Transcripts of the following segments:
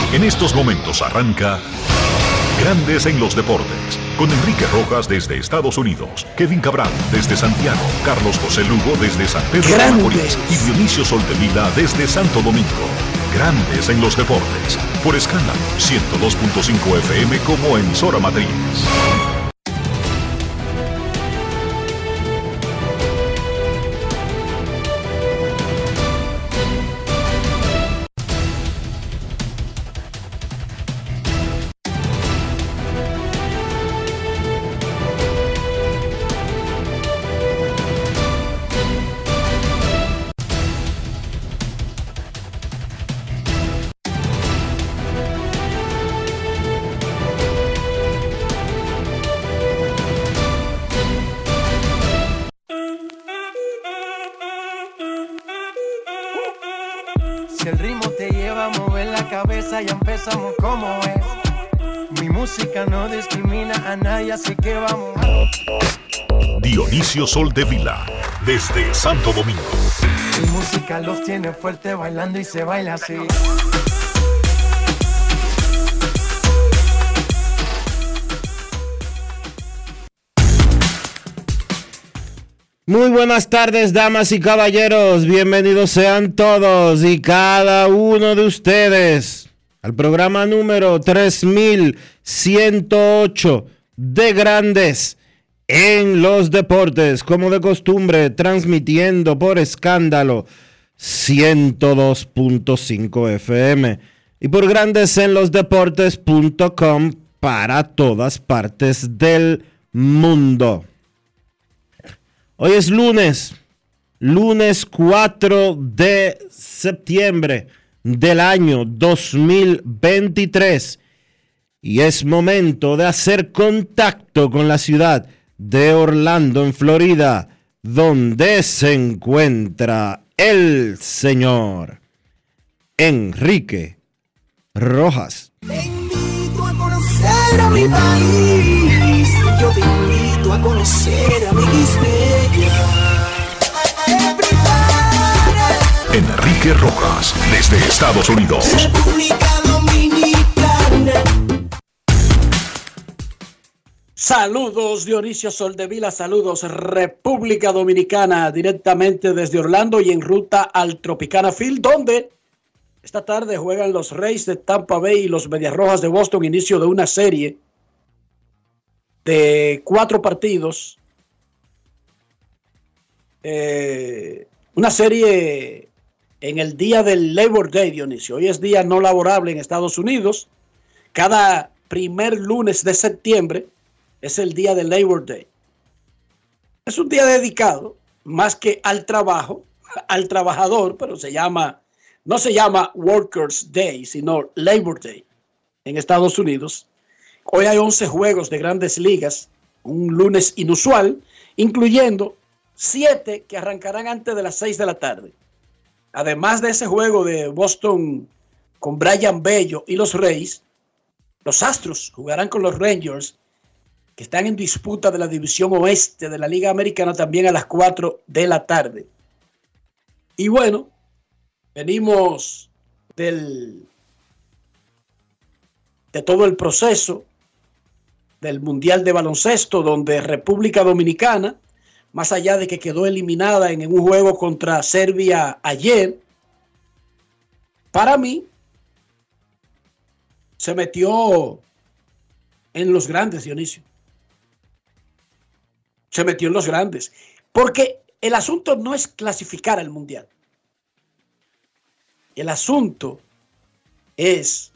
En estos momentos arranca Grandes en los Deportes, con Enrique Rojas desde Estados Unidos, Kevin Cabral desde Santiago, Carlos José Lugo desde San Pedro de Macorís y Dionisio Soltevila desde Santo Domingo. Grandes en los Deportes, por Escándalo 102.5 FM como emisora matriz. Ya empezamos como es. Mi música no discrimina a nadie, así que vamos. Dionisio Soltevila, desde Santo Domingo. Mi música los tiene fuerte bailando y se baila así. Muy buenas tardes, damas y caballeros. Bienvenidos sean todos y cada uno de ustedes al programa número 3108 de Grandes en los Deportes, como de costumbre, transmitiendo por Escándalo 102.5 FM y por grandesenlosdeportes.com para todas partes del mundo. Hoy es lunes 4 de septiembre del año 2023 y es momento de hacer contacto con la ciudad de Orlando, en Florida, donde se encuentra el señor Enrique Rojas. Te invito a conocer a mi país, yo te invito a conocer a mi Quispeya. Enrique Rojas, desde Estados Unidos. República Dominicana. Saludos Dionisio Soldevila, saludos República Dominicana, directamente desde Orlando y en ruta al Tropicana Field, donde esta tarde juegan los Rays de Tampa Bay y los Medias Rojas de Boston, inicio de una serie de 4 partidos. Una serie en el día del Labor Day, Dionisio. Hoy es día no laborable en Estados Unidos. Cada primer lunes de septiembre es el día del Labor Day. Es un día dedicado más que al trabajo, al trabajador, pero no se llama Workers' Day, sino Labor Day en Estados Unidos. Hoy hay 11 juegos de Grandes Ligas, un lunes inusual, incluyendo 7 que arrancarán antes de las 6 de la tarde. Además de ese juego de Boston con Brian Bello y los Rays, los Astros jugarán con los Rangers, que están en disputa de la división oeste de la Liga Americana, también a las 4 de la tarde. Y bueno, venimos de todo el proceso del Mundial de Baloncesto, donde República Dominicana, más allá de que quedó eliminada en un juego contra Serbia ayer, para mí se metió en los grandes, Dionisio. Se metió en los grandes. Porque el asunto no es clasificar al Mundial. El asunto es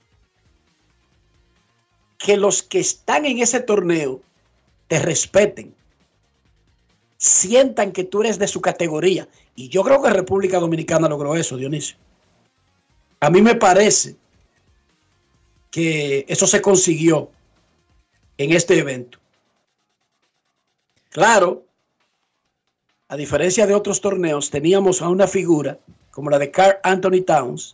que los que están en ese torneo te respeten, sientan que tú eres de su categoría. Y yo creo que República Dominicana logró eso, Dionisio. A mí me parece que eso se consiguió en este evento. Claro, a diferencia de otros torneos, teníamos a una figura como la de Karl Anthony Towns,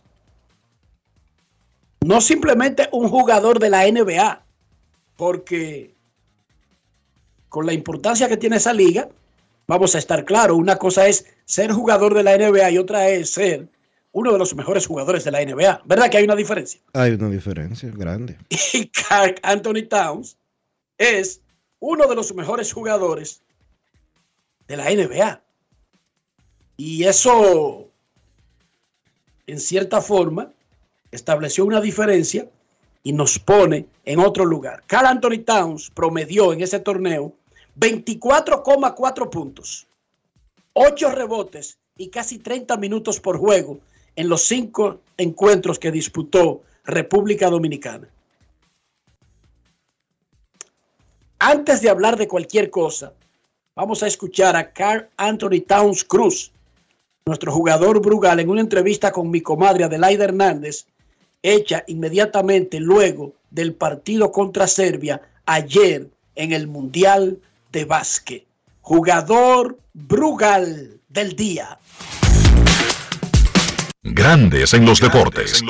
no simplemente un jugador de la NBA, porque con la importancia que tiene esa liga, vamos a estar claros, una cosa es ser jugador de la NBA y otra es ser uno de los mejores jugadores de la NBA. ¿Verdad que hay una diferencia? Hay una diferencia grande. Y Karl Anthony Towns es uno de los mejores jugadores de la NBA. Y eso, en cierta forma, estableció una diferencia y nos pone en otro lugar. Karl Anthony Towns promedió en ese torneo 24,4 puntos, 8 rebotes y casi 30 minutos por juego en los 5 encuentros que disputó República Dominicana. Antes de hablar de cualquier cosa, vamos a escuchar a Karl Anthony Towns Cruz, nuestro jugador Brugal, en una entrevista con mi comadre Adelaida Hernández, hecha inmediatamente luego del partido contra Serbia ayer en el Mundial de Básquet. Jugador Brugal del día. Grandes en los deportes.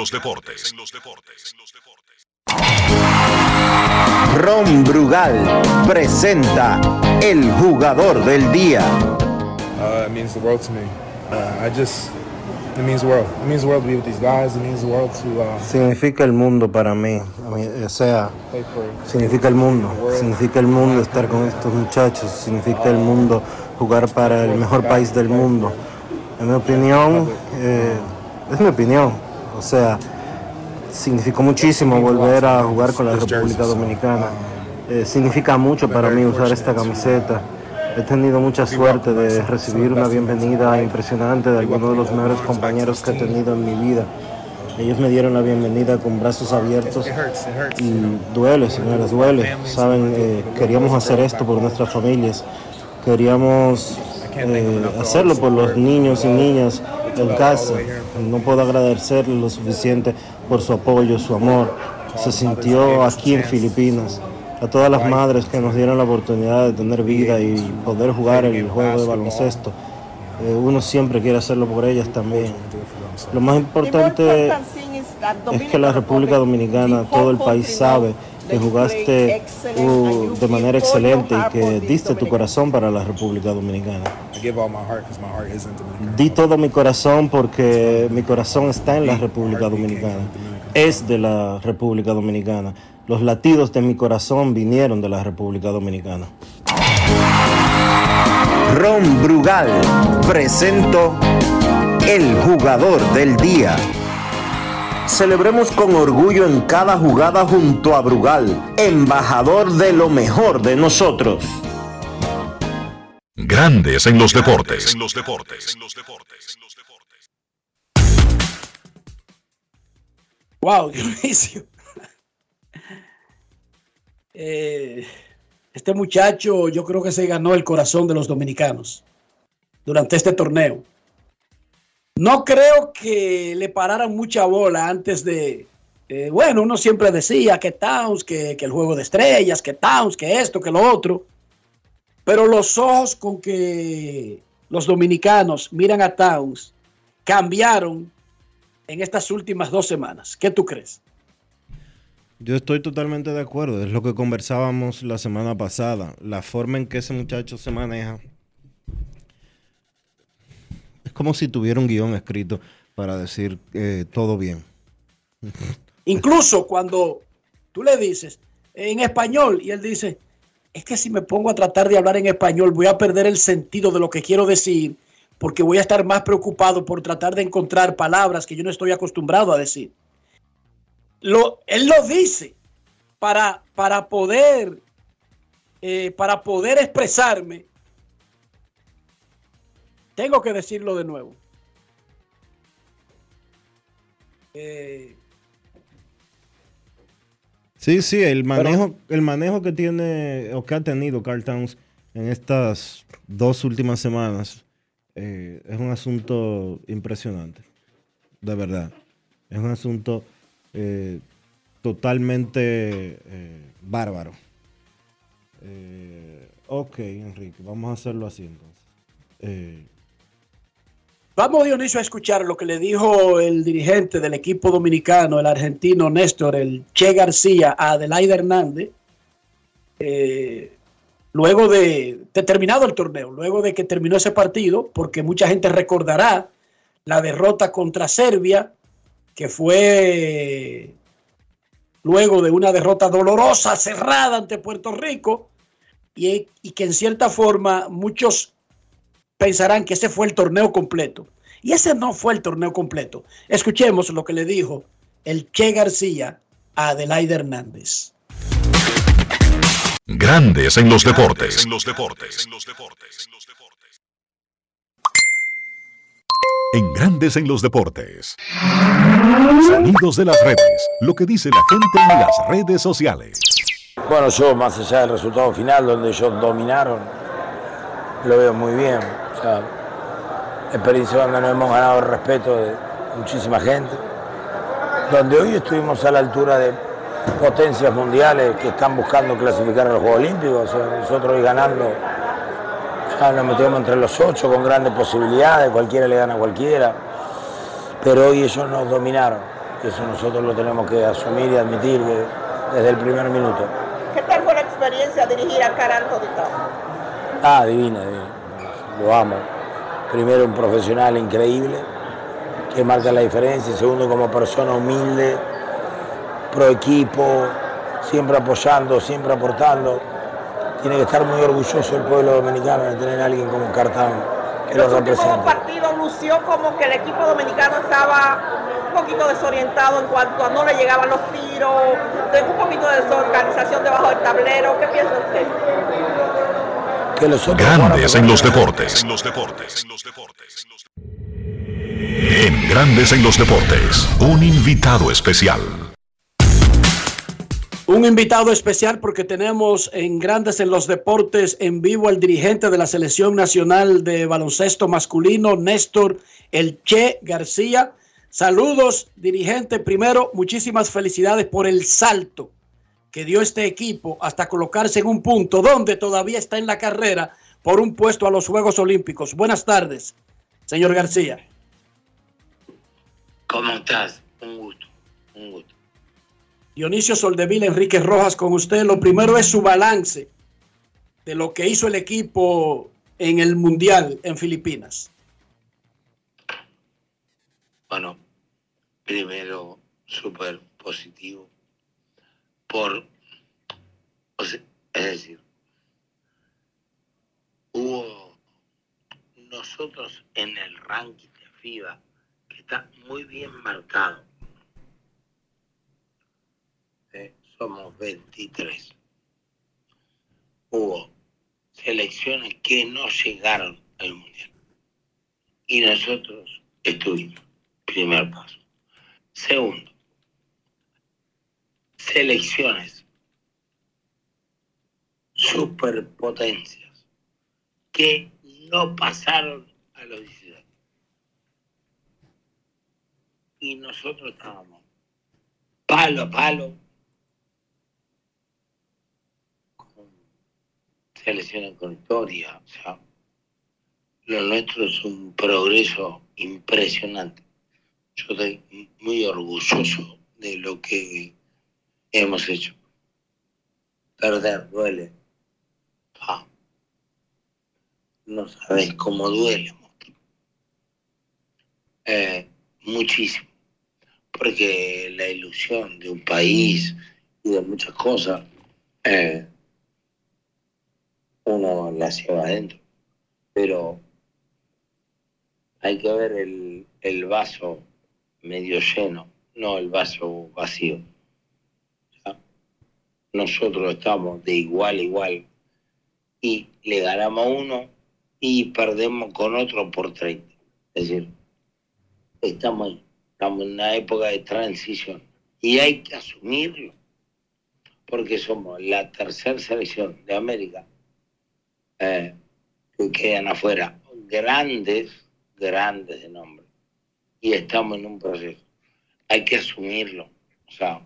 Ron Brugal presenta el jugador del día. It means the world to me. It means the world. It means the world to be with these guys. It means the world to. Significa el mundo para mí. O sea, significa el mundo. Significa el mundo estar con estos muchachos. Significa el mundo jugar para el mejor país del mundo. En mi opinión, es mi opinión. O sea, significó muchísimo volver a jugar con la República Dominicana. Significa mucho para mí usar esta camiseta. He tenido mucha suerte de recibir una bienvenida impresionante de algunos de los mejores compañeros que he tenido en mi vida. Ellos me dieron la bienvenida con brazos abiertos y duele, señores, duele. Saben, queríamos hacer esto por nuestras familias. Queríamos hacerlo por los niños y niñas en casa. No puedo agradecerles lo suficiente por su apoyo, su amor. Se sintió aquí en Filipinas. A todas las madres que nos dieron la oportunidad de tener vida y poder jugar el juego de baloncesto. Uno siempre quiere hacerlo por ellas también. Lo más importante es que la República Dominicana, todo el país sabe que jugaste de manera excelente y que diste tu corazón para la República Dominicana. Di todo mi corazón porque mi corazón está en la República Dominicana. Es de la República Dominicana. Los latidos de mi corazón vinieron de la República Dominicana. Ron Brugal presentó el jugador del día. Celebremos con orgullo en cada jugada junto a Brugal, embajador de lo mejor de nosotros. Grandes en los deportes. Wow, Dionisio. Este muchacho yo creo que se ganó el corazón de los dominicanos durante este torneo. No creo que le pararan mucha bola antes de... bueno, uno siempre decía que Towns, que el juego de estrellas, que Towns, que esto, que lo otro. Pero los ojos con que los dominicanos miran a Towns cambiaron en estas últimas 2 semanas. ¿Qué tú crees? Yo estoy totalmente de acuerdo. Es lo que conversábamos la semana pasada. La forma en que ese muchacho se maneja es como si tuviera un guión escrito para decir todo bien. Incluso cuando tú le dices en español y él dice, es que si me pongo a tratar de hablar en español voy a perder el sentido de lo que quiero decir porque voy a estar más preocupado por tratar de encontrar palabras que yo no estoy acostumbrado a decir. Él lo dice para poder expresarme. Tengo que decirlo de nuevo. Sí, el manejo que tiene o que ha tenido Karl Towns en estas 2 últimas semanas es un asunto impresionante, de verdad. Es un asunto totalmente bárbaro. Ok, Enrique, vamos a hacerlo así entonces. Vamos, Dionisio, a escuchar lo que le dijo el dirigente del equipo dominicano, el argentino Néstor, el Che García, a Adelaida Hernández, luego de terminado el torneo, luego de que terminó ese partido, porque mucha gente recordará la derrota contra Serbia, que fue luego de una derrota dolorosa, cerrada ante Puerto Rico, y que en cierta forma muchos pensarán que ese fue el torneo completo. Y ese no fue el torneo completo. Escuchemos lo que le dijo el Che García a Adelaide Hernández. Grandes en los deportes. En Grandes en los deportes. Sonidos de las redes. Lo que dice la gente en las redes sociales. Bueno, yo más allá del resultado final, donde ellos dominaron, lo veo muy bien. O sea, experiencia donde nos hemos ganado el respeto de muchísima gente. Donde hoy estuvimos a la altura de potencias mundiales que están buscando clasificar a los Juegos Olímpicos. O sea, nosotros hoy ganando, ya nos metemos entre los 8 con grandes posibilidades, cualquiera le gana a cualquiera. Pero hoy ellos nos dominaron. Y eso nosotros lo tenemos que asumir y admitir desde el primer minuto. ¿Qué tal fue la experiencia dirigir a Karl Anthony Towns? Divina. Lo amo. Primero, un profesional increíble que marca la diferencia. Segundo, como persona humilde, pro equipo, siempre apoyando, siempre aportando. Tiene que estar muy orgulloso el pueblo dominicano de tener a alguien como Karl Towns que lo representa. En los últimos partidos lució como que el equipo dominicano estaba un poquito desorientado en cuanto a no le llegaban los tiros, un poquito de desorganización debajo del tablero. ¿Qué piensa usted? Grandes en los deportes. En Grandes en los deportes, un invitado especial. Un invitado especial porque tenemos en Grandes en los Deportes en vivo al dirigente de la Selección Nacional de Baloncesto Masculino, Néstor El Che García. Saludos, dirigente. Primero, muchísimas felicidades por el salto que dio este equipo hasta colocarse en un punto donde todavía está en la carrera por un puesto a los Juegos Olímpicos. Buenas tardes, señor García. ¿Cómo estás? Un gusto. Dionisio Soldevila, Enrique Rojas con usted. Lo primero es su balance de lo que hizo el equipo en el Mundial en Filipinas. Bueno, primero súper positivo es decir, hubo nosotros en el ranking de FIBA que está muy bien marcado. Somos 23. Hubo selecciones que no llegaron al Mundial. Y nosotros estuvimos. Primer paso. Segundo, selecciones superpotencias que no pasaron a los 16. Y nosotros estábamos palo a palo con selecciones con historia. O sea, lo nuestro es un progreso impresionante. Yo estoy muy orgulloso de lo que hemos hecho. Perder duele. No sabes cómo duele, monstruo. Muchísimo. Porque la ilusión de un país y de muchas cosas, uno la lleva adentro. Pero hay que ver el vaso medio lleno, no el vaso vacío. ¿Ya? Nosotros estamos de igual a igual y le ganamos a uno y perdemos con otro por 30. Es decir, estamos en una época de transición y hay que asumirlo porque somos la tercera selección de América que quedan afuera, grandes de nombre, y estamos en un proceso. Hay que asumirlo. O sea,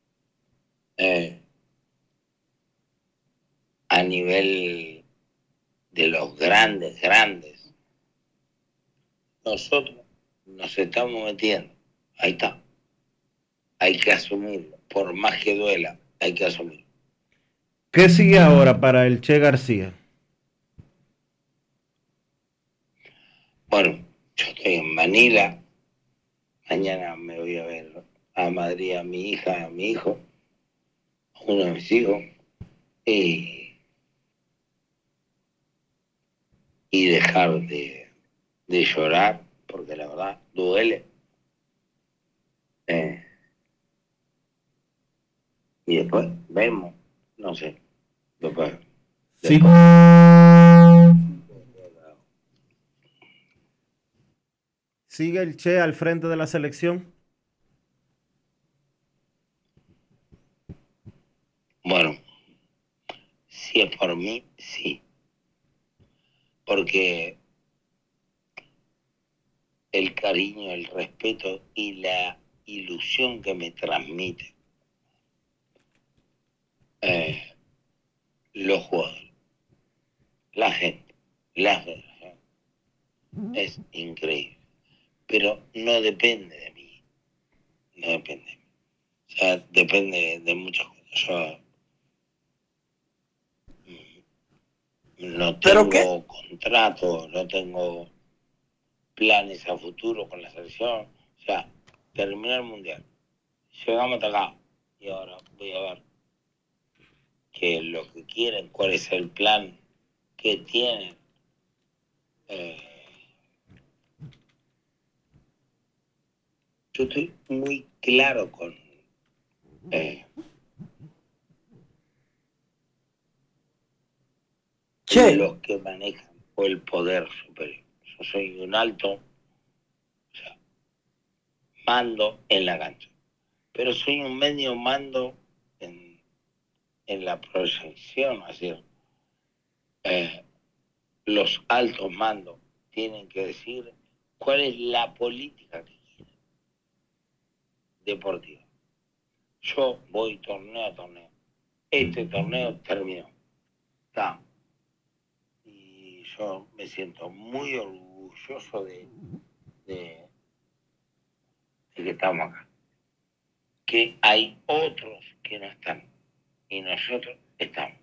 a nivel de los grandes, nosotros nos estamos metiendo. Ahí está. Hay que asumirlo. Por más que duela, hay que asumirlo. ¿Qué sigue ahora para el Che García? Bueno, Yo estoy en Manila. Mañana me voy a ver a Madrid, a mi hija, a mi hijo, a uno de mis hijos. Y dejar de llorar, porque la verdad duele. Y después vemos, no sé, después. Sí. ¿Sigue el Che al frente de la selección? Bueno, si es por mí, sí. Porque el cariño, el respeto y la ilusión que me transmite los jugadores, la gente, la federación, es increíble. Pero no depende de mí. No depende de mí. O sea, depende de muchas cosas. Yo no tengo contrato, no tengo planes a futuro con la selección. O sea, terminar el mundial. Llegamos hasta acá. Y ahora voy a ver qué es lo que quieren, cuál es el plan que tienen. Yo estoy muy claro con los que manejan o el poder superior. Yo soy un alto, o sea, mando en la cancha, pero soy un medio mando en la proyección, así. Los altos mandos tienen que decir cuál es la política que quieren deportiva. Yo voy torneo a torneo. Este torneo terminó. Está. Y yo me siento muy orgulloso de que estamos acá. Que hay otros que no están. Y nosotros estamos.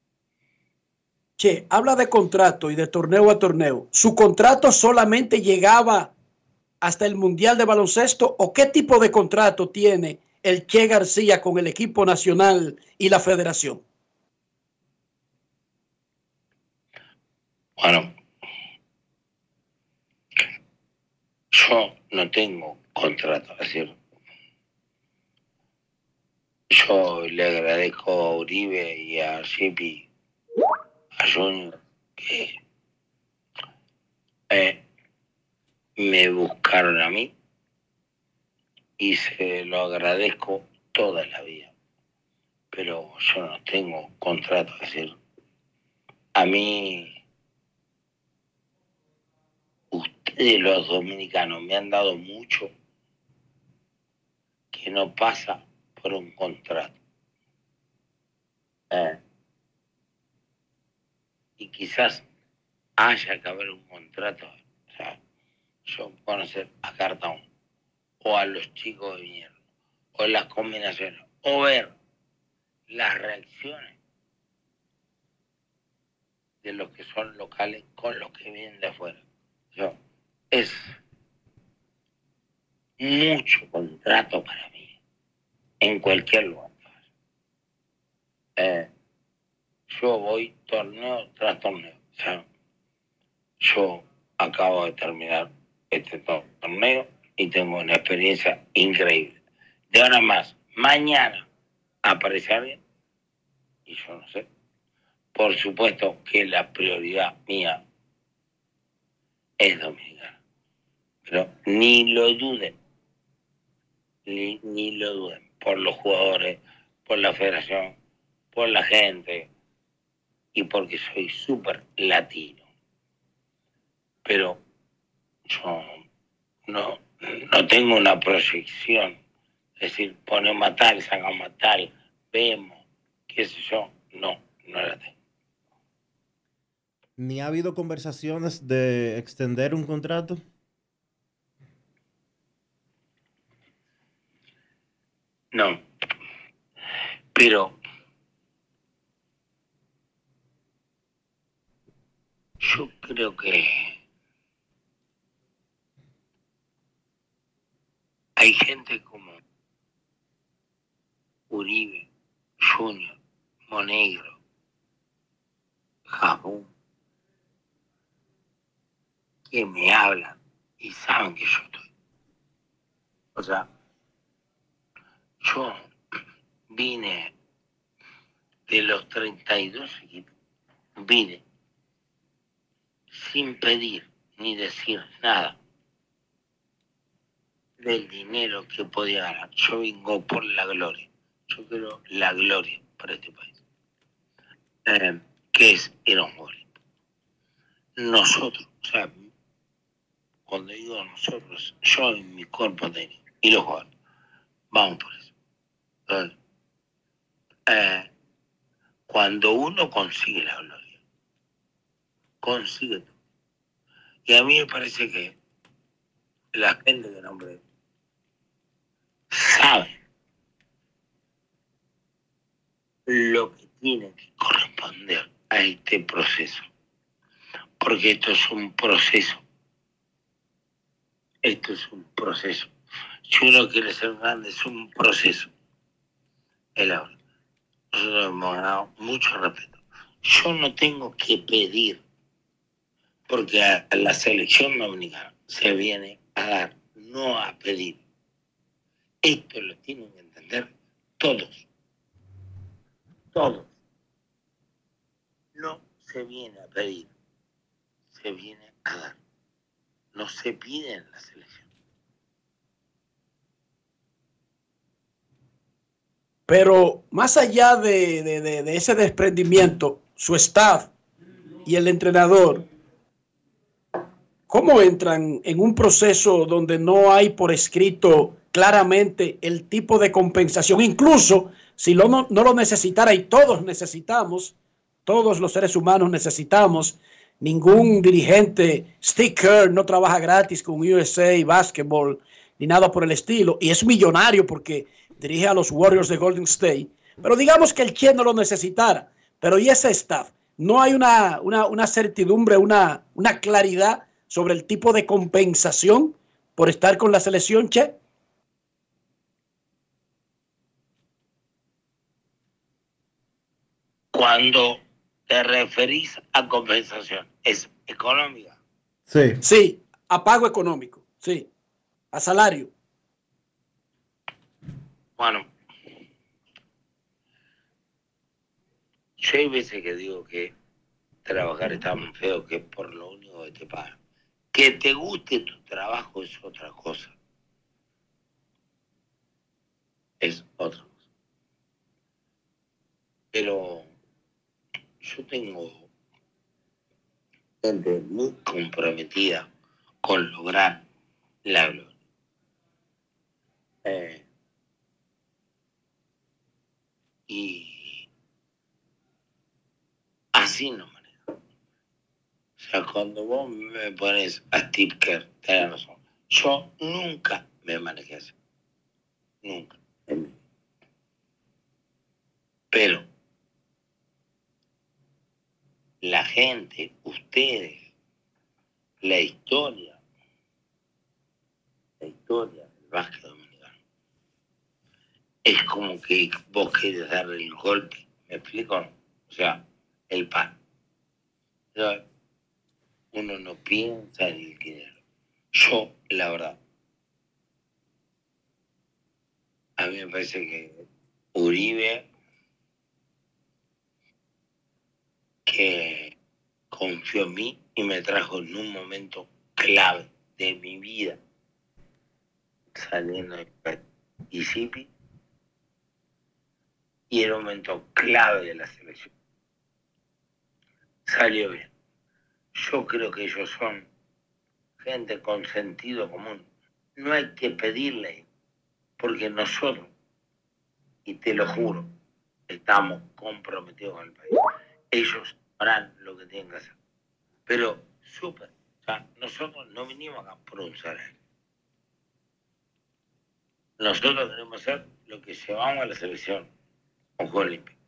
Che, habla de contrato y de torneo a torneo. ¿Su contrato solamente llegaba hasta el Mundial de Baloncesto o qué tipo de contrato tiene el Che García con el equipo nacional y la federación? Bueno, yo no tengo contrato, es decir, yo le agradezco a Uribe y a Shipi, a Junior, que me buscaron a mí y se lo agradezco toda la vida. Pero yo no tengo contrato, es decir, a mí ustedes los dominicanos me han dado mucho que no pasa por un contrato. Y quizás haya que haber un contrato. O sea, yo conocer a Cartón o a los chicos que vinieron, o las combinaciones, o ver las reacciones de los que son locales con los que vienen de afuera. Es mucho contrato para mí, en cualquier lugar. Yo voy torneo tras torneo. O sea, yo acabo de terminar este torneo y tengo una experiencia increíble. De ahora más, mañana aparece alguien y yo no sé. Por supuesto que la prioridad mía es Dominicana. Pero ni lo duden, ni lo duden, por los jugadores, por la federación, por la gente y porque soy súper latino. Pero yo no tengo una proyección, es decir, ponemos a tal, sacamos a tal, vemos, qué sé yo, no la tengo. ¿Ni ha habido conversaciones de extender un contrato? No, pero yo creo que Hay gente como Uribe, Junior, Monegro, Jabón, que me hablan y saben que yo estoy. O sea, yo vine de los 32 equipos, vine sin pedir ni decir nada del dinero que podía ganar. Yo vengo por la gloria. Yo quiero la gloria para este país. Que es ir a un gol. Nosotros, o sea, cuando digo nosotros, yo y mi cuerpo técnico y los jugadores, vamos por eso. Entonces, cuando uno consigue la gloria, consigue todo. Y a mí me parece que la gente de nombre sabe lo que tiene que corresponder a este proceso. Porque esto es un proceso. Esto es un proceso. Si uno quiere ser grande, es un proceso. El ahora. Nosotros hemos ganado mucho respeto. Yo no tengo que pedir, porque a la selección dominicana se viene a dar, no a pedir. Esto lo tienen que entender todos. Todos. No se viene a pedir, se viene a dar. No se pide en la selección. Pero más allá de ese desprendimiento, su staff y el entrenador, ¿cómo entran en un proceso donde no hay por escrito claramente el tipo de compensación? Incluso si no lo necesitara, y todos necesitamos, todos los seres humanos necesitamos, ningún dirigente, Steve Kerr no trabaja gratis con USA Basketball ni nada por el estilo, y es millonario porque dirige a los Warriors de Golden State, pero digamos que el Che no lo necesitara, pero ¿y ese staff? ¿No hay una certidumbre, una claridad sobre el tipo de compensación por estar con la selección, Che? Cuando te referís a compensación, ¿es económica? Sí. Sí, a pago económico, sí, a salario. Bueno, yo hay veces que digo que trabajar es tan feo que es por lo único que te pagan. Que te guste tu trabajo es otra cosa. Es otra cosa. Pero yo tengo gente muy comprometida con lograr la gloria. Y así no manejo. O sea, cuando vos me pones a Steve Kerr, tenés razón. Yo nunca me manejé así. Nunca. Pero la gente, ustedes, la historia del básquet dominicano, es como que vos querés darle el golpe, ¿me explico? O sea, el pan. Uno no piensa en el dinero. Yo, la verdad, a mí me parece que Uribe, que confió en mí y me trajo en un momento clave de mi vida, saliendo de Mississippi, y era un momento clave de la selección. Salió bien. Yo creo que ellos son gente con sentido común. No hay que pedirle, porque nosotros, y te lo juro, estamos comprometidos con el país. Ellos harán lo que tienen que hacer. Pero súper. O sea, nosotros no vinimos acá por un salario. Nosotros queremos hacer lo que llevamos a la selección, un juego olímpico.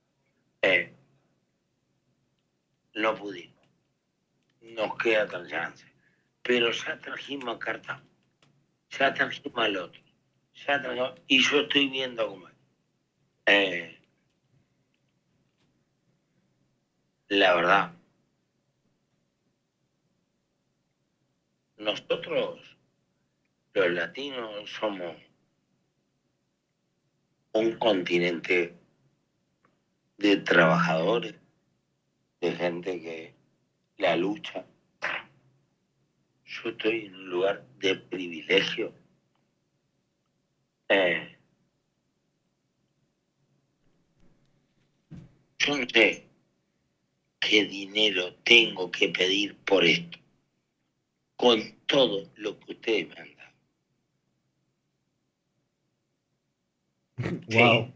No pudimos. Nos queda otra chance. Pero ya trajimos a Carta. Ya trajimos al otro. y yo estoy viendo cómo es. La verdad, nosotros, los latinos, somos un continente de trabajadores, de gente que la lucha. Yo estoy en un lugar de privilegio. Yo no sé qué dinero tengo que pedir por esto, con todo lo que ustedes me han dado. Wow.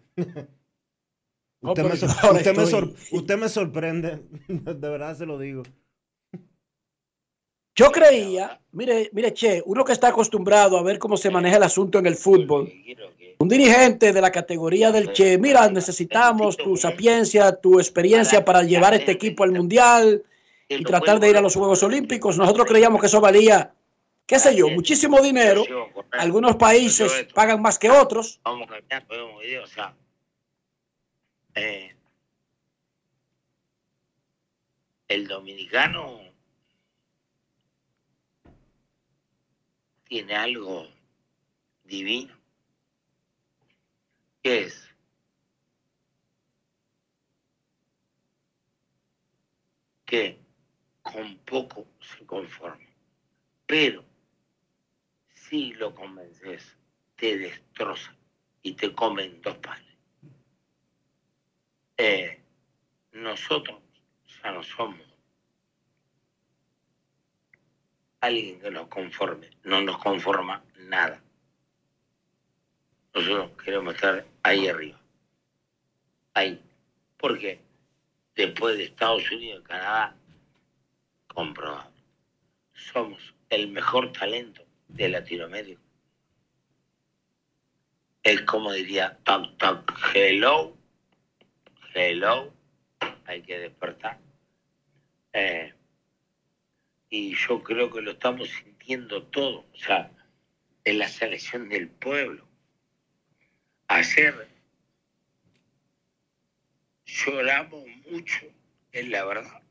Sí. Usted me sorprende, de verdad se lo digo. Yo creía, mire, Che, uno que está acostumbrado a ver cómo se maneja el asunto en el fútbol, un dirigente de la categoría del Che, mira, necesitamos tu sapiencia, tu experiencia para llevar este equipo al Mundial y tratar de ir a los Juegos Olímpicos. Nosotros creíamos que eso valía, qué sé yo, muchísimo dinero. Algunos países pagan más que otros. Vamos cambiando, vemos videos, o sea, el dominicano tiene algo divino, que es que con poco se conforma, pero si lo convences, te destroza y te comen dos panes. Nosotros ya no somos alguien que nos conforme, no nos conforma nada. Nosotros queremos estar ahí arriba, ahí, porque después de Estados Unidos y Canadá, comprobado, somos el mejor talento de Latinoamérica. Es como diría, toc, toc, hello, hay que despertar. Y yo creo que lo estamos sintiendo todo, o sea, en la selección del pueblo. Ayer lloramos mucho, es la verdad.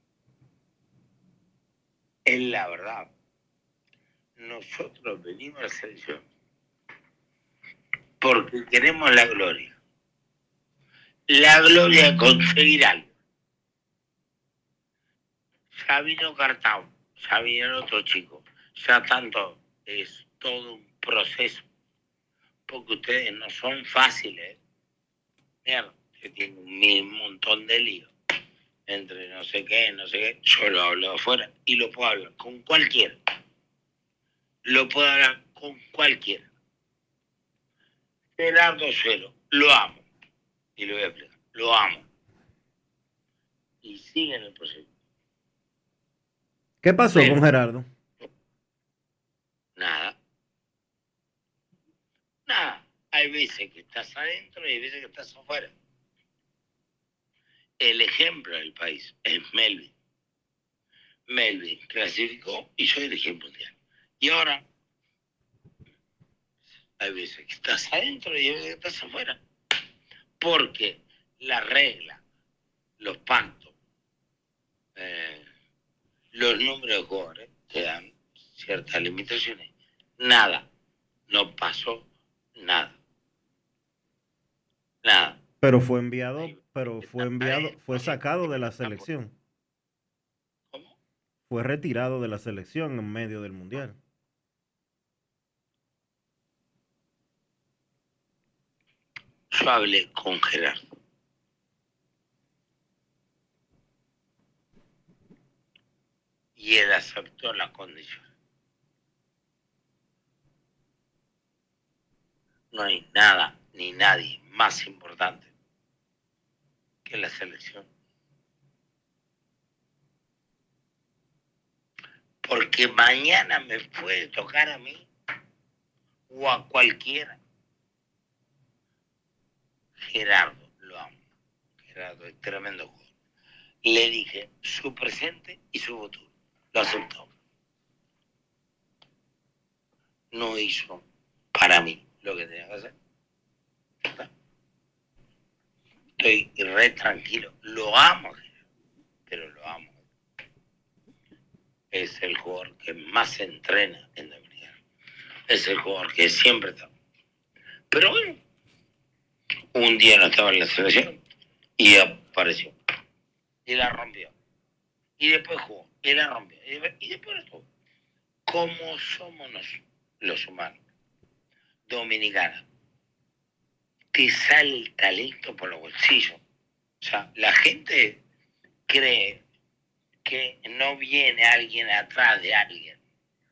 Es la verdad. Nosotros venimos a la selección porque queremos la gloria. La gloria de conseguir algo. Ya vino Cartao, ya vinieron otros chicos, ya tanto, es todo un proceso, porque ustedes no son fáciles, mierda, que tienen un montón de líos, entre no sé qué, yo lo hablo de afuera y lo puedo hablar con cualquiera, Gerardo Suero, lo amo, y lo voy a explicar, lo amo, y sigue en el proceso. ¿Qué pasó con Gerardo? Nada. Hay veces que estás adentro y hay veces que estás afuera. El ejemplo del país es Melvin. Melvin clasificó y yo elegí el mundial. Y ahora hay veces que estás adentro y hay veces que estás afuera. Porque la regla, los pactos, los números de jugadores te dan ciertas limitaciones. Nada, no pasó nada. Pero fue sacado de la selección. ¿Cómo? Fue retirado de la selección en medio del mundial. Yo hablé con Gerardo. Y él aceptó la condición. No hay nada ni nadie más importante que la selección. Porque mañana me puede tocar a mí o a cualquiera. Gerardo, lo amo. Gerardo es tremendo jugador. Le dije su presente y su futuro. Lo aceptó. No hizo para mí lo que tenía que hacer. Estoy re tranquilo. Lo amo, pero lo amo. Es el jugador que más se entrena en Dominicana. Es el jugador que siempre está. Pero bueno, un día no estaba en la selección y apareció. Y la rompió. Y después jugó. Y la rompió. Y después estuvo. ¿Cómo somos los humanos? Dominicanos. Te sale el talento por los bolsillos. O sea, la gente cree que no viene alguien atrás de alguien.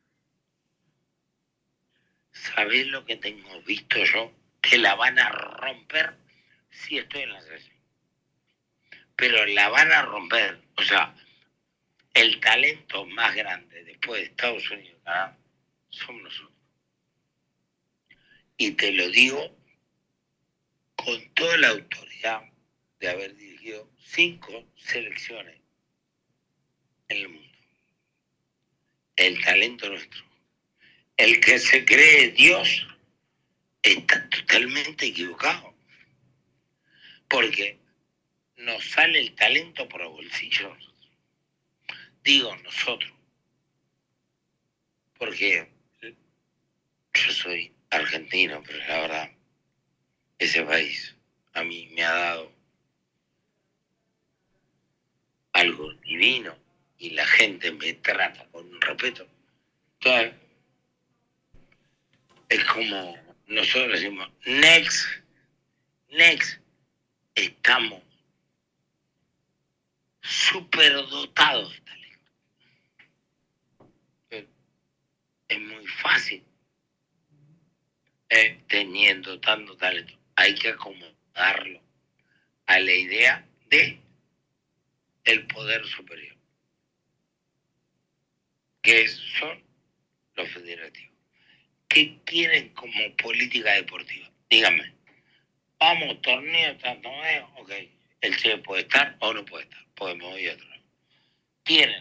¿Sabés lo que tengo visto yo? Que la van a romper si estoy en la selección. Pero la van a romper. O sea, el talento más grande después de Estados Unidos y Canadá somos nosotros. Y te lo digo con toda la autoridad de haber dirigido 5 selecciones en el mundo. El talento nuestro. El que se cree Dios está totalmente equivocado. Porque nos sale el talento por los bolsillos. Digo nosotros. Porque yo soy argentino, pero la verdad, ese país a mí me ha dado algo divino y la gente me trata con un respeto. Entonces, es como nosotros decimos, next, estamos superdotados de talento. Pero es muy fácil teniendo tanto talento. Hay que acomodarlo a la idea de el poder superior, que son los federativos. ¿Qué quieren como política deportiva? Díganme. Vamos, torneo, ok. El Che puede estar o no puede estar. Podemos ir a otro lado. ¿Quieren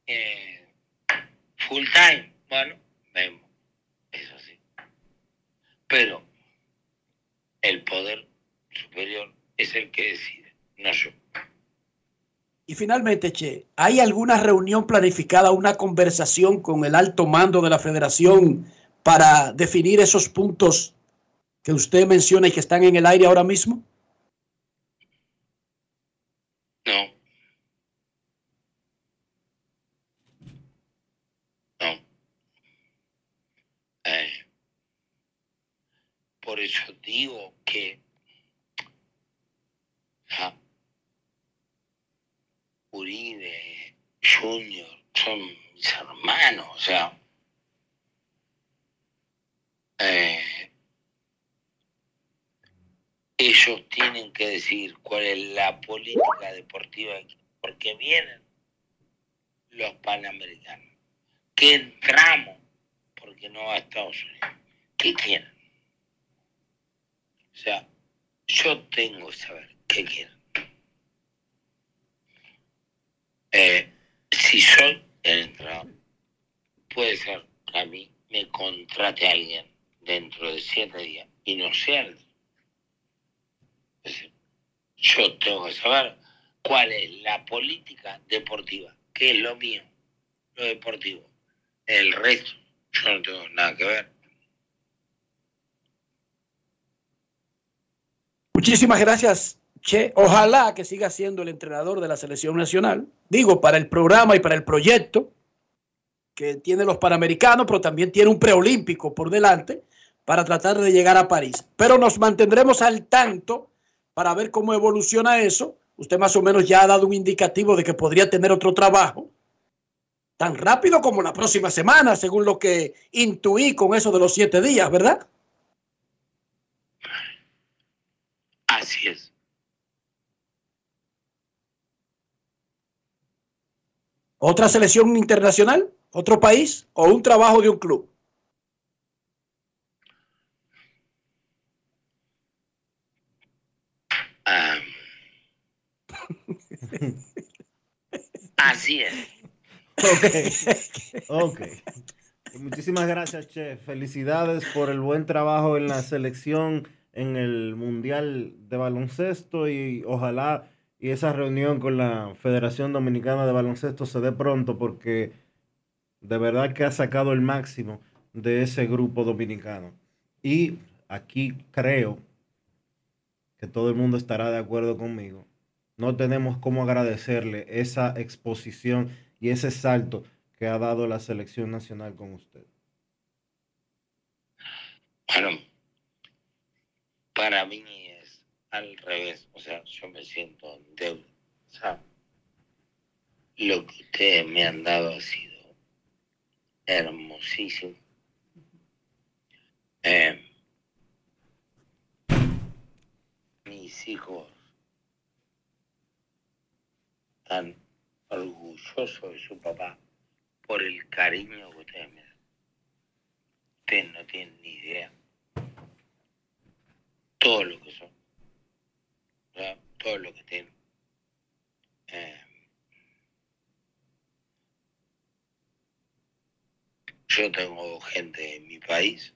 full time? Bueno, vemos. Eso sí. Pero el poder superior es el que decide, no yo. Y finalmente, Che, ¿hay alguna reunión planificada, una conversación con el alto mando de la federación para definir esos puntos que usted menciona y que están en el aire ahora mismo? No. Por eso digo que Uribe, Junior, son mis hermanos, o sea, ellos tienen que decir cuál es la política deportiva, porque vienen los Panamericanos, que entramos porque no va a Estados Unidos. ¿Qué quieren? O sea, yo tengo que saber qué quieren. Si soy el entrenador, puede ser que a mí me contrate a alguien dentro de 7 días y no sea el. Es decir, yo tengo que saber cuál es la política deportiva, qué es lo mío, lo deportivo. El resto, yo no tengo nada que ver. Muchísimas gracias, Che. Ojalá que siga siendo el entrenador de la selección nacional. Digo, para el programa y para el proyecto que tiene los Panamericanos, pero también tiene un preolímpico por delante para tratar de llegar a París. Pero nos mantendremos al tanto para ver cómo evoluciona eso. Usted más o menos ya ha dado un indicativo de que podría tener otro trabajo tan rápido como la próxima semana, según lo que intuí con eso de los 7 días, ¿verdad? Así es. ¿Otra selección internacional? ¿Otro país? ¿O un trabajo de un club? Así es. Ok. Muchísimas gracias, Che. Felicidades por el buen trabajo en la selección en el Mundial de Baloncesto y ojalá y esa reunión con la Federación Dominicana de Baloncesto se dé pronto porque de verdad que ha sacado el máximo de ese grupo dominicano. Y aquí creo que todo el mundo estará de acuerdo conmigo. No tenemos cómo agradecerle esa exposición y ese salto que ha dado la selección nacional con usted. Bueno, para mí es al revés, o sea, yo me siento en deuda. O sea, lo que ustedes me han dado ha sido hermosísimo. Mis hijos están orgullosos de su papá por el cariño que ustedes me dan. Ustedes no tienen ni idea todo lo que son, o sea, todo lo que tienen. Yo tengo gente en mi país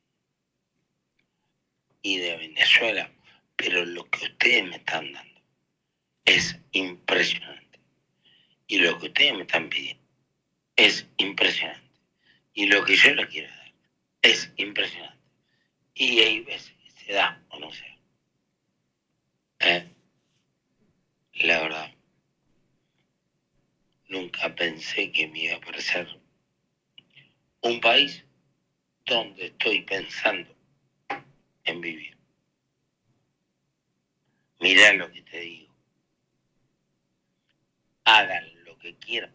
y de Venezuela, pero lo que ustedes me están dando es impresionante. Y lo que ustedes me están pidiendo es impresionante. Y lo que yo les quiero dar es impresionante. Y hay veces que se da o no se da. La verdad, nunca pensé que me iba a aparecer un país donde estoy pensando en vivir. Mirá lo que te digo. Hagan lo que quieran,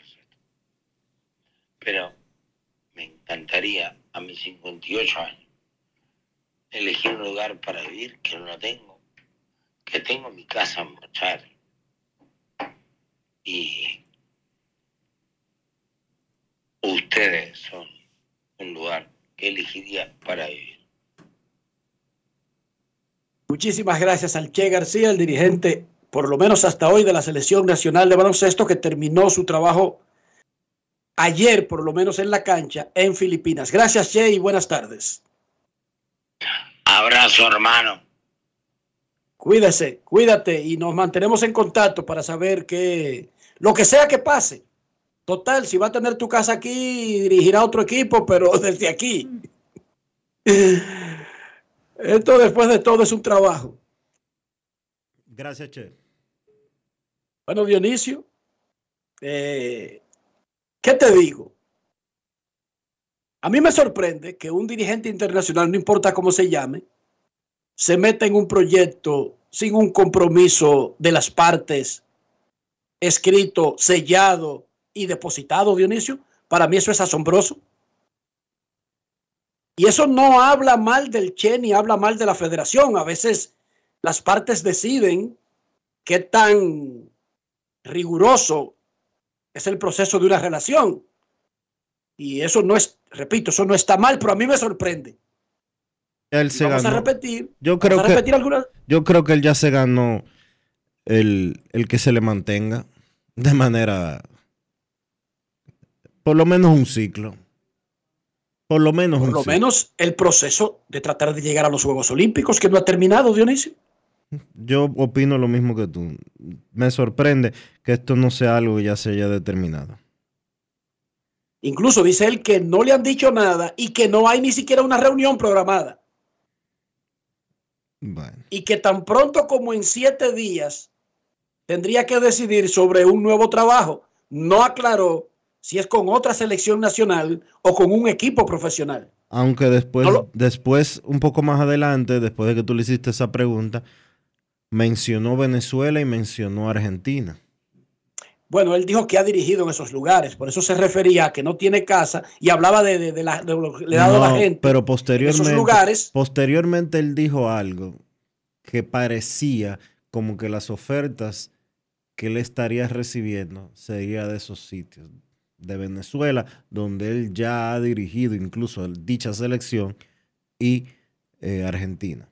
pero me encantaría a mis 58 años elegir un lugar para vivir que no lo tengo, que tengo mi casa en Mochar y ustedes son un lugar que elegiría para vivir. Muchísimas gracias al Che García, el dirigente, por lo menos hasta hoy, de la Selección Nacional de Baloncesto, que terminó su trabajo ayer, por lo menos en la cancha, en Filipinas. Gracias, Che, y buenas tardes. Abrazo, hermano. Cuídese, cuídate, y nos mantenemos en contacto para saber lo que sea que pase. Total, si va a tener tu casa aquí, dirigirá otro equipo, pero desde aquí. Esto, después de todo, es un trabajo. Gracias, Che. Bueno, Dionisio, ¿qué te digo? A mí me sorprende que un dirigente internacional, no importa cómo se llame, se meta en un proyecto sin un compromiso de las partes, escrito, sellado y depositado, Dionisio. Para mí eso es asombroso. Y eso no habla mal del Che ni habla mal de la federación. A veces las partes deciden qué tan riguroso es el proceso de una relación. Y eso no es, repito, eso no está mal, pero a mí me sorprende. Él se vamos ganó. A repetir. Yo creo que él ya se ganó el que se le mantenga de manera, por lo menos un ciclo. Por lo menos el proceso de tratar de llegar a los Juegos Olímpicos, que no ha terminado, Dionisio. Yo opino lo mismo que tú. Me sorprende que esto no sea algo que ya se haya determinado. Incluso dice él que no le han dicho nada y que no hay ni siquiera una reunión programada. Bueno. Y que tan pronto como en 7 días tendría que decidir sobre un nuevo trabajo. No aclaró si es con otra selección nacional o con un equipo profesional. Aunque después, un poco más adelante, después de que tú le hiciste esa pregunta, mencionó Venezuela y mencionó Argentina. Bueno, él dijo que ha dirigido en esos lugares, por eso se refería a que no tiene casa y hablaba de lo que le ha dado a la gente. Pero en esos lugares. Posteriormente él dijo algo que parecía como que las ofertas que él estaría recibiendo serían de esos sitios, de Venezuela, donde él ya ha dirigido incluso dicha selección, y Argentina.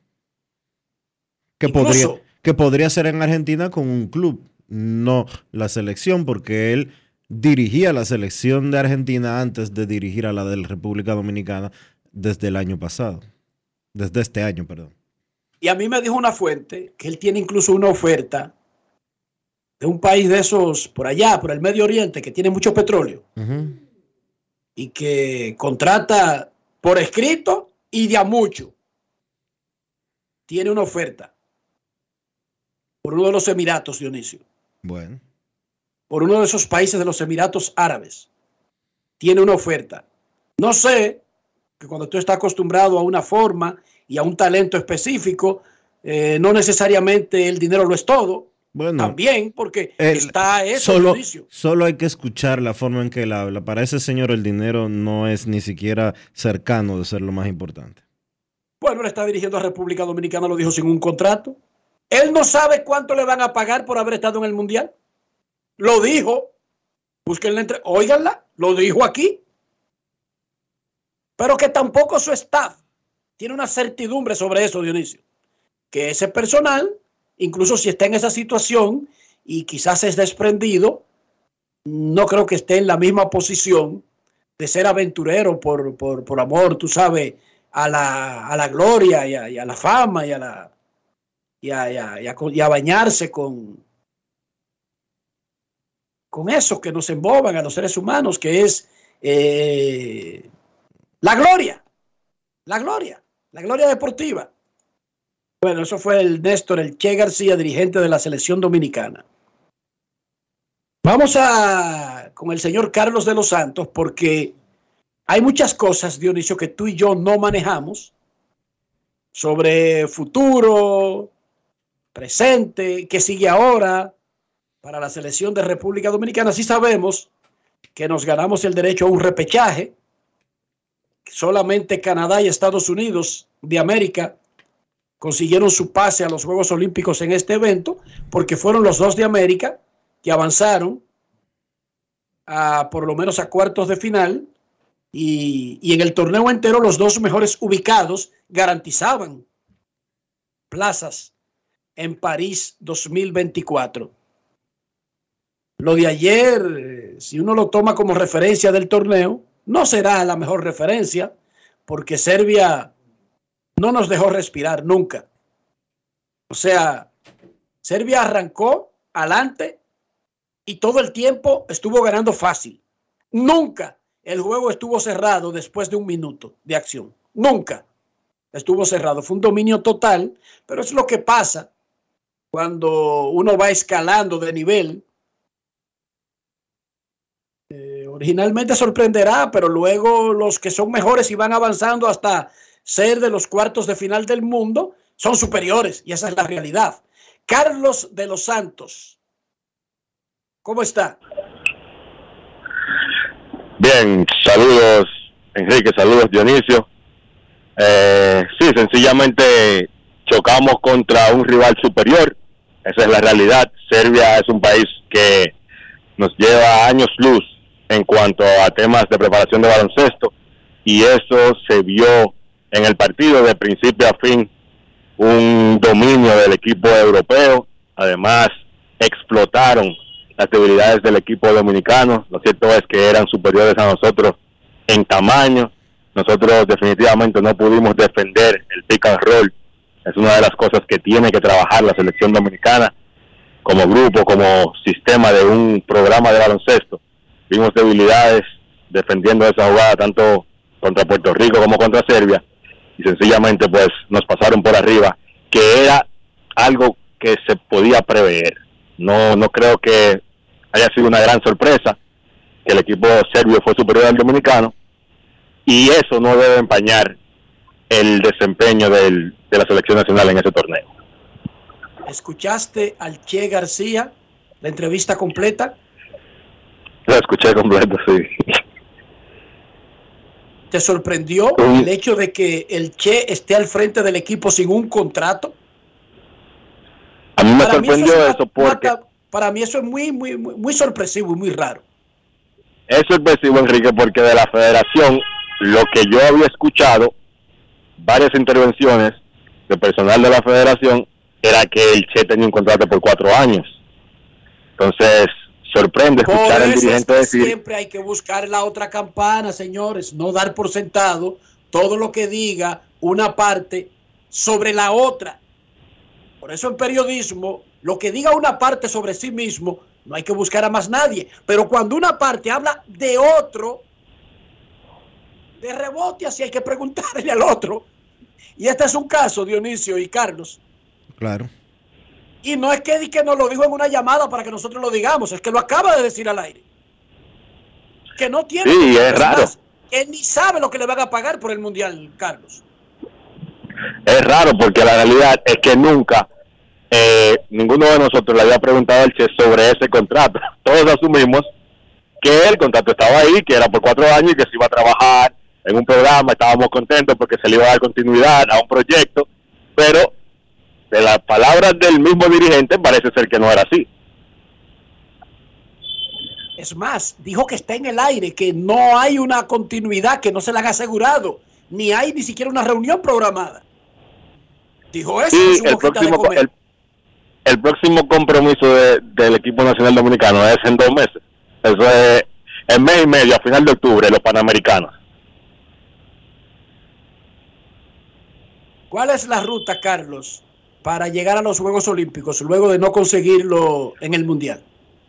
Que podría ser en Argentina con un club, no la selección, porque él dirigía la selección de Argentina antes de dirigir a la de la República Dominicana desde el año pasado. Desde este año, perdón. Y a mí me dijo una fuente que él tiene incluso una oferta de un país de esos por allá, por el Medio Oriente, que tiene mucho petróleo. Uh-huh. Y que contrata por escrito y de a mucho. Tiene una oferta por uno de los Emiratos, Dionisio. Bueno. Por uno de esos países de los Emiratos Árabes. Tiene una oferta. No sé, que cuando tú estás acostumbrado a una forma y a un talento específico, no necesariamente el dinero lo es todo. Bueno, también porque está eso. Solo hay que escuchar la forma en que él habla. Para ese señor el dinero no es ni siquiera cercano de ser lo más importante. Bueno, él está dirigiendo a República Dominicana, lo dijo sin un contrato. Él no sabe cuánto le van a pagar por haber estado en el Mundial. Lo dijo. Búsquenla óiganla, lo dijo aquí. Pero que tampoco su staff tiene una certidumbre sobre eso, Dionisio. Que ese personal, incluso si está en esa situación y quizás es desprendido, no creo que esté en la misma posición de ser aventurero por amor, tú sabes, a la gloria y a la fama y a bañarse con eso que nos emboban a los seres humanos, que es la gloria deportiva. Bueno, eso fue el Néstor, el Che García, dirigente de la selección dominicana. Vamos con el señor Carlos de los Santos, porque hay muchas cosas, Dionisio, que tú y yo no manejamos sobre futuro, presente, qué sigue ahora para la selección de República Dominicana. Sí sabemos que nos ganamos el derecho a un repechaje. Solamente Canadá y Estados Unidos de América consiguieron su pase a los Juegos Olímpicos en este evento, porque fueron los dos de América que avanzaron por lo menos a cuartos de final, y en el torneo entero los dos mejores ubicados garantizaban plazas en París 2024. Lo de ayer, si uno lo toma como referencia del torneo, no será la mejor referencia, porque Serbia no nos dejó respirar nunca. O sea, Serbia arrancó adelante y todo el tiempo estuvo ganando fácil. Nunca el juego estuvo cerrado después de un minuto de acción. Nunca estuvo cerrado. Fue un dominio total, pero es lo que pasa cuando uno va escalando de nivel. Originalmente sorprenderá, pero luego los que son mejores y van avanzando hasta ser de los cuartos de final del mundo son superiores, y esa es la realidad. Carlos de los Santos, ¿cómo está? Bien, saludos Enrique, saludos Dionisio. Sí, sencillamente chocamos contra un rival superior, esa es la realidad. Serbia es un país que nos lleva años luz en cuanto a temas de preparación de baloncesto, y eso se vio en el partido de principio a fin, un dominio del equipo europeo. Además, explotaron las debilidades del equipo dominicano. Lo cierto es que eran superiores a nosotros en tamaño. Nosotros definitivamente no pudimos defender el pick and roll. Es una de las cosas que tiene que trabajar la selección dominicana como grupo, como sistema de un programa de baloncesto. Vimos debilidades defendiendo esa jugada tanto contra Puerto Rico como contra Serbia, y sencillamente pues nos pasaron por arriba, que era algo que se podía prever. No creo que haya sido una gran sorpresa que el equipo serbio fue superior al dominicano, y eso no debe empañar el desempeño de la selección nacional en ese torneo. ¿Escuchaste al Che García, la entrevista completa? La escuché completa, sí. ¿Te sorprendió el hecho de que el Che esté al frente del equipo sin un contrato? A mí me sorprendió eso porque... Para mí eso es muy sorpresivo y muy raro. Es sorpresivo, Enrique, porque de la federación, lo que yo había escuchado, varias intervenciones de personal de la federación, era que el Che tenía un contrato por 4 años. Entonces, sorprende escuchar al dirigente decir... Siempre hay que buscar la otra campana, señores, no dar por sentado todo lo que diga una parte sobre la otra. Por eso en periodismo, lo que diga una parte sobre sí mismo, no hay que buscar a más nadie. Pero cuando una parte habla de otro, de rebote, así hay que preguntarle al otro. Y este es un caso, Dionisio y Carlos. Claro. Y no es que nos lo dijo en una llamada para que nosotros lo digamos, es que lo acaba de decir al aire. Que no tiene... Sí, es raro. Que ni sabe lo que le van a pagar por el Mundial, Carlos. Es raro porque la realidad es que nunca ninguno de nosotros le había preguntado al Che sobre ese contrato. Todos asumimos que el contrato estaba ahí, que era por 4 años y que se iba a trabajar en un programa. Estábamos contentos porque se le iba a dar continuidad a un proyecto, pero de las palabras del mismo dirigente parece ser que no era así. Es más, dijo que está en el aire, que no hay una continuidad, que no se la han asegurado, ni hay ni siquiera una reunión programada. Dijo eso. Sí, el próximo compromiso del equipo nacional dominicano es en 2 meses. Eso es en mes y medio, a final de octubre, los Panamericanos. ¿Cuál es la ruta, Carlos, para llegar a los Juegos Olímpicos luego de no conseguirlo en el Mundial?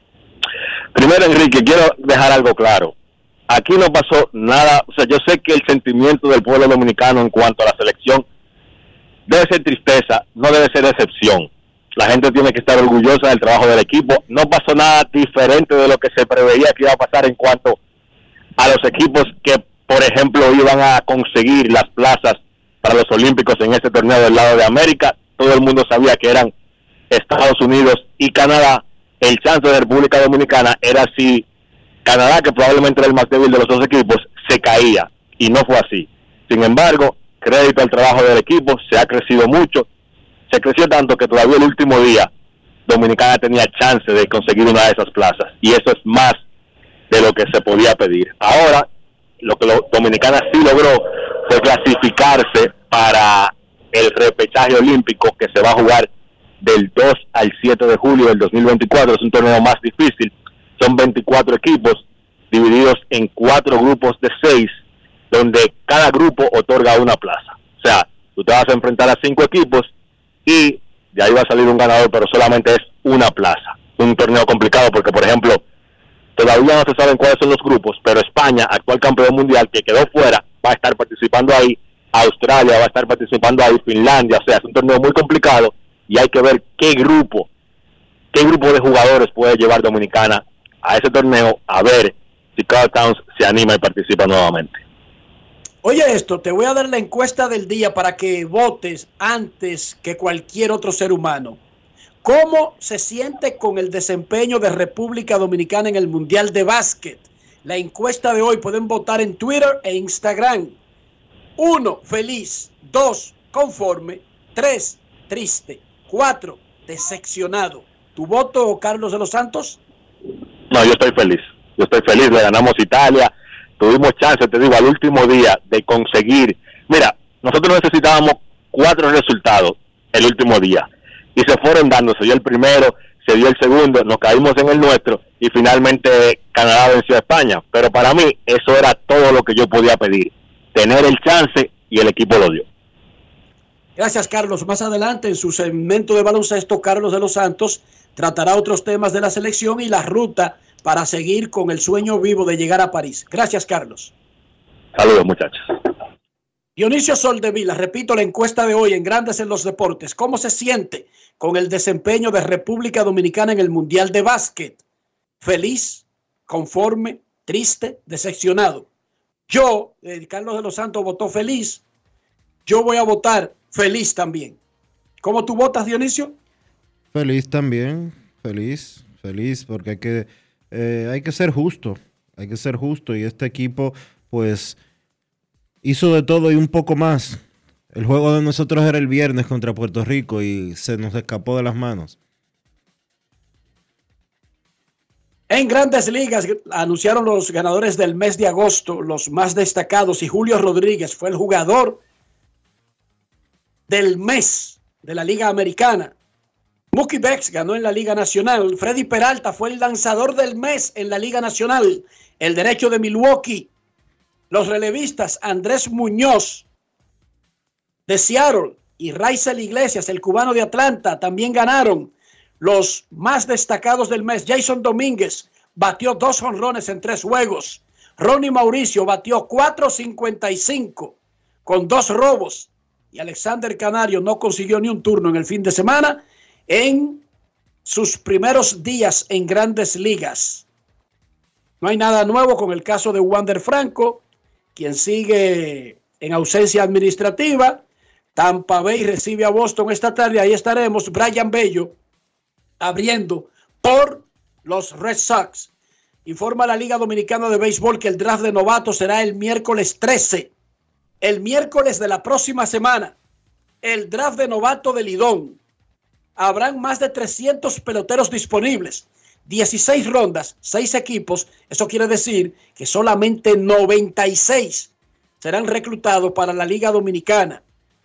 Primero, Enrique, quiero dejar algo claro. Aquí no pasó nada. O sea, yo sé que el sentimiento del pueblo dominicano en cuanto a la selección debe ser tristeza, no debe ser decepción. La gente tiene que estar orgullosa del trabajo del equipo. No pasó nada diferente de lo que se preveía que iba a pasar en cuanto a los equipos que, por ejemplo, iban a conseguir las plazas para los Olímpicos en este torneo del lado de América. Todo el mundo sabía que eran Estados Unidos y Canadá. El chance de República Dominicana era si Canadá, que probablemente era el más débil de los 2 equipos, se caía, y no fue así. Sin embargo, crédito al trabajo del equipo, se ha crecido mucho. Se creció tanto que todavía el último día Dominicana tenía chance de conseguir una de esas plazas, y eso es más de lo que se podía pedir. Ahora, lo que Dominicana sí logró fue clasificarse para el repechaje olímpico que se va a jugar del 2 al 7 de julio del 2024. Es un torneo más difícil. Son 24 equipos divididos en 4 grupos de 6, donde cada grupo otorga una plaza. O sea, tú te vas a enfrentar a 5 equipos y de ahí va a salir un ganador, pero solamente es una plaza. Un torneo complicado porque, por ejemplo, todavía no se saben cuáles son los grupos, pero España, actual campeón mundial, que quedó fuera, va a estar participando ahí. Australia va a estar participando ahí, Finlandia. O sea, es un torneo muy complicado y hay que ver qué grupo de jugadores puede llevar Dominicana a ese torneo, a ver si Carl Towns se anima y participa nuevamente. Oye esto, te voy a dar la encuesta del día para que votes antes que cualquier otro ser humano. ¿Cómo se siente con el desempeño de República Dominicana en el Mundial de Básquet? La encuesta de hoy pueden votar en Twitter e Instagram. 1, feliz. 2, conforme. 3, triste. 4, decepcionado. ¿Tu voto, Carlos de los Santos? No, yo estoy feliz. Le ganamos Italia. Tuvimos chance, te digo, al último día de conseguir. Mira, nosotros necesitábamos 4 resultados el último día. Y se fueron dando. Se dio el primero, se dio el segundo, nos caímos en el nuestro y finalmente Canadá venció a España. Pero para mí eso era todo lo que yo podía pedir. Tener el chance y el equipo lo dio. Gracias, Carlos. Más adelante en su segmento de baloncesto, Carlos de los Santos tratará otros temas de la selección y la ruta para seguir con el sueño vivo de llegar a París. Gracias, Carlos. Saludos, muchachos. Dionisio Soldevila, repito la encuesta de hoy en Grandes en los Deportes. ¿Cómo se siente con el desempeño de República Dominicana en el Mundial de Básquet? ¿Feliz, conforme, triste, decepcionado? Yo, Carlos de los Santos votó feliz. Yo voy a votar feliz también. ¿Cómo tú votas, Dionisio? Feliz también, feliz, porque hay que ser justo, y este equipo pues hizo de todo y un poco más. El juego de nosotros era el viernes contra Puerto Rico y se nos escapó de las manos. En Grandes Ligas anunciaron los ganadores del mes de agosto, los más destacados, y Julio Rodríguez fue el jugador del mes de la Liga Americana. Mookie Betts ganó en la Liga Nacional. Freddy Peralta fue el lanzador del mes en la Liga Nacional. El derecho de Milwaukee. Los relevistas Andrés Muñoz de Seattle y Raisel Iglesias, el cubano de Atlanta, también ganaron. Los más destacados del mes, Jason Domínguez batió 2 jonrones en 3 juegos. Ronnie Mauricio batió .455 con 2 robos. Y Alexander Canario no consiguió ni un turno en el fin de semana en sus primeros días en Grandes Ligas. No hay nada nuevo con el caso de Wander Franco, quien sigue en ausencia administrativa. Tampa Bay recibe a Boston esta tarde. Ahí estaremos. Brian Bello abriendo por los Red Sox. Informa la Liga Dominicana de Béisbol que el draft de novatos será el miércoles 13. El miércoles de la próxima semana. El draft de novato de Lidón. Habrán más de 300 peloteros disponibles. 16 rondas, 6 equipos. Eso quiere decir que solamente 96 serán reclutados para la Liga Dominicana.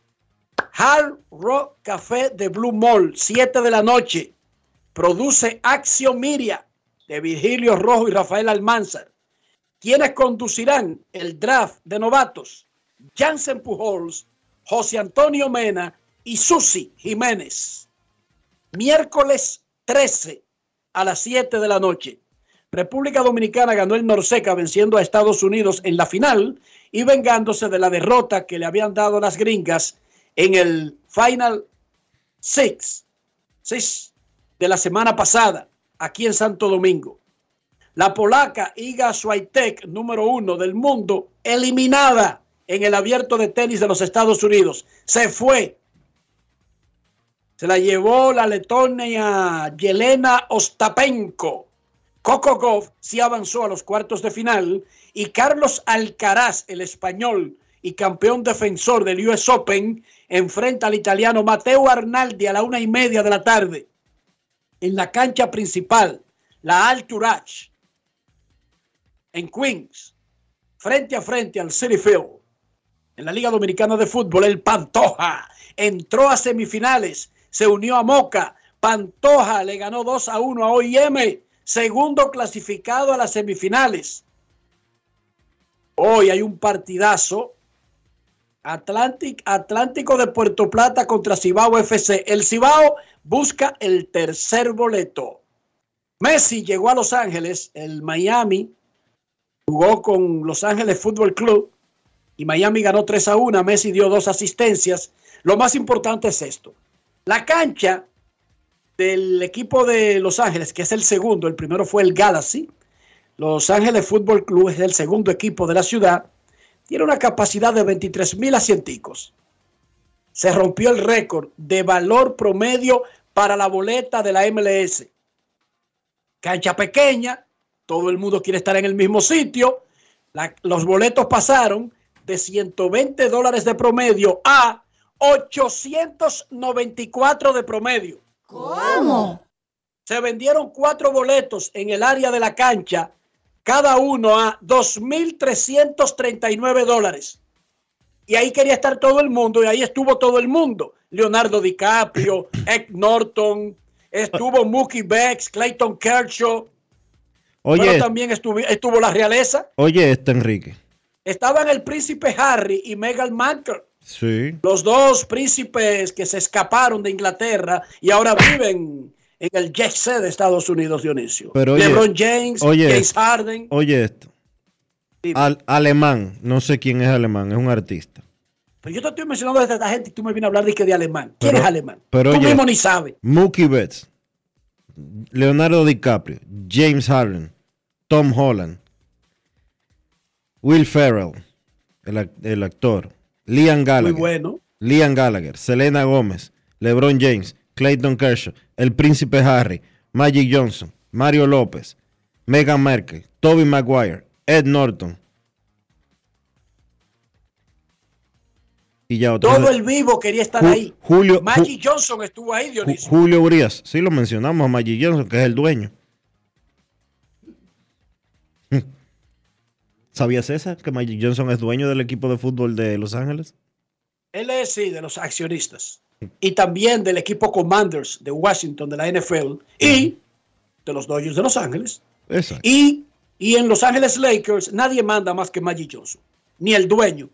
Hard Rock Café de Blue Mall, 7 de la noche. Produce Acción Miria de Virgilio Rojo y Rafael Almanzar. ¿Quiénes conducirán el draft de novatos? Jansen Pujols, José Antonio Mena y Susi Jiménez. Miércoles 13 a las 7 de la noche. República Dominicana ganó el Norseca venciendo a Estados Unidos en la final y vengándose de la derrota que le habían dado las gringas en el Final Six de la semana pasada aquí en Santo Domingo. La polaca Iga Swiatek, número 1 del mundo, eliminada en el abierto de tenis de los Estados Unidos. Se fue. Se la llevó la letona Yelena Ostapenko. Coco Gauff sí avanzó a los cuartos de final y Carlos Alcaraz, el español y campeón defensor del US Open, enfrenta al italiano Matteo Arnaldi a la 1:30 de la tarde en la cancha principal, la Al Turach, en Queens, frente a frente al Citi Field. En la Liga Dominicana de Fútbol, el Pantoja entró a semifinales, se unió a Moca. Pantoja le ganó 2-1 a OIM, segundo clasificado a las semifinales. Hoy hay un partidazo. Atlántico de Puerto Plata contra Cibao FC. El Cibao busca el tercer boleto. Messi llegó a Los Ángeles. El Miami jugó con Los Ángeles Fútbol Club y Miami ganó 3-1. Messi dio 2 asistencias. Lo más importante es esto. La cancha del equipo de Los Ángeles, que es el segundo, el primero fue el Galaxy. Los Ángeles Fútbol Club es el segundo equipo de la ciudad. Tiene una capacidad de 23,000 asienticos. Se rompió el récord de valor promedio para la boleta de la MLS. Cancha pequeña, todo el mundo quiere estar en el mismo sitio. Los boletos pasaron de $120 de promedio a $894 de promedio. ¿Cómo? Se vendieron 4 boletos en el área de la cancha, cada uno a $2,339. Y ahí quería estar todo el mundo, y ahí estuvo todo el mundo. Leonardo DiCaprio, Ed Norton, estuvo Mookie Betts, Clayton Kershaw. Oye, pero también estuvo la realeza. Oye, Enrique. Estaban el príncipe Harry y Meghan Markle. Sí. Los 2 príncipes que se escaparon de Inglaterra y ahora viven en el jet set de Estados Unidos, Dionisio. Pero oye, LeBron James, James Harden. Oye esto. Alemán, no sé quién es alemán, es un artista. Pero yo te estoy mencionando a esta gente y tú me vienes a hablar de alemán. ¿Quién es alemán? Pero tú oye, mismo ni sabes. Mookie Betts, Leonardo DiCaprio, James Harden, Tom Holland, Will Ferrell, el actor, Liam Gallagher, muy bueno. Liam Gallagher, Selena Gómez, LeBron James, Clayton Kershaw, el príncipe Harry, Magic Johnson, Mario López, Meghan Markle, Tobey Maguire, Ed Norton. Y ya todo el vivo quería estar ahí. Magic Johnson estuvo ahí, Dionisio. Julio Urias, sí lo mencionamos a Magic Johnson, que es el dueño. ¿Sabías, César, que Magic Johnson es dueño del equipo de fútbol de Los Ángeles? Él es, sí, de los accionistas. y también del equipo Commanders de Washington, de la NFL, y de los Dodgers de Los Ángeles. Exacto. Y en Los Ángeles Lakers nadie manda más que Magic Johnson, ni el dueño.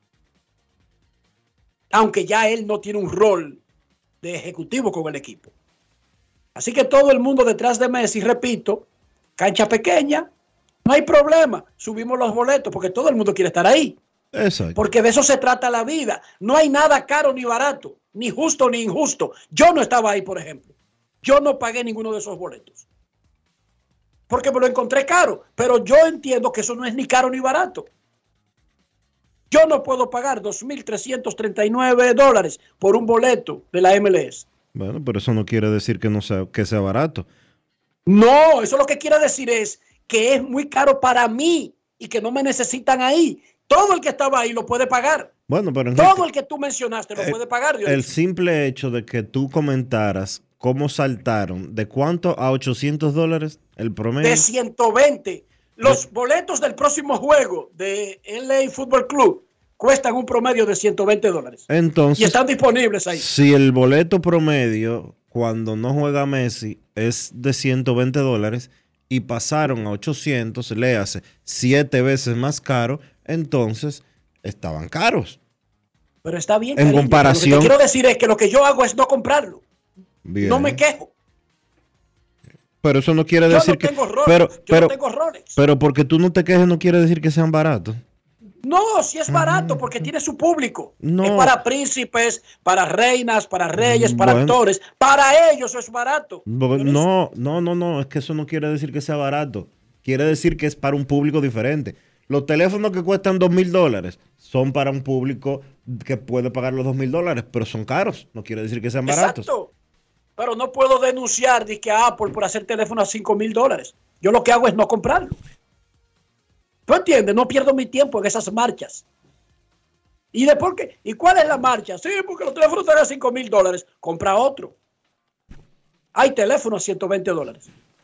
Aunque ya él no tiene un rol de ejecutivo con el equipo. Así que todo el mundo detrás de Messi, repito, cancha pequeña, no hay problema, subimos los boletos porque todo el mundo quiere estar ahí. Exacto. Porque de eso se trata la vida. No hay nada caro ni barato, ni justo ni injusto. Yo no estaba ahí, por ejemplo. Yo no pagué ninguno de esos boletos. Porque me lo encontré caro. Pero yo entiendo que eso no es ni caro ni barato. Yo no puedo pagar $2,339 por un boleto de la MLS. Bueno, pero eso no quiere decir que que sea barato. No, eso lo que quiere decir es que es muy caro para mí y que no me necesitan ahí. Todo el que estaba ahí lo puede pagar. Bueno, pero todo el que tú mencionaste lo puede pagar. Dionisio. El simple hecho de que tú comentaras cómo saltaron, ¿de cuánto a $800 el promedio? De 120. Los boletos del próximo juego de LA Football Club cuestan un promedio de $120. Entonces, y están disponibles ahí. Si el boleto promedio cuando no juega Messi es de $120 y pasaron a 800, le hace 7 veces más caro, entonces estaban caros. Pero está bien. En comparación. Lo que te quiero decir es que lo que yo hago es no comprarlo. Bien. No me quejo. Pero eso no quiere decir que... Yo no tengo roles. Pero porque tú no te quejes no quiere decir que sean baratos. No, si es barato porque tiene su público. No. Es para príncipes, para reinas, para reyes, para actores. Para ellos es barato. No, es que eso no quiere decir que sea barato. Quiere decir que es para un público diferente. Los teléfonos que cuestan $2,000 son para un público que puede pagar los $2,000, pero son caros. No quiere decir que sean baratos. Exacto. Pero no puedo denunciar a Apple por hacer teléfono a $5,000. Yo lo que hago es no comprarlo. ¿Tú entiendes? No pierdo mi tiempo en esas marchas. ¿Y de por qué? ¿Y cuál es la marcha? Sí, porque los teléfonos están a $5,000. Compra otro. Hay teléfonos a $120.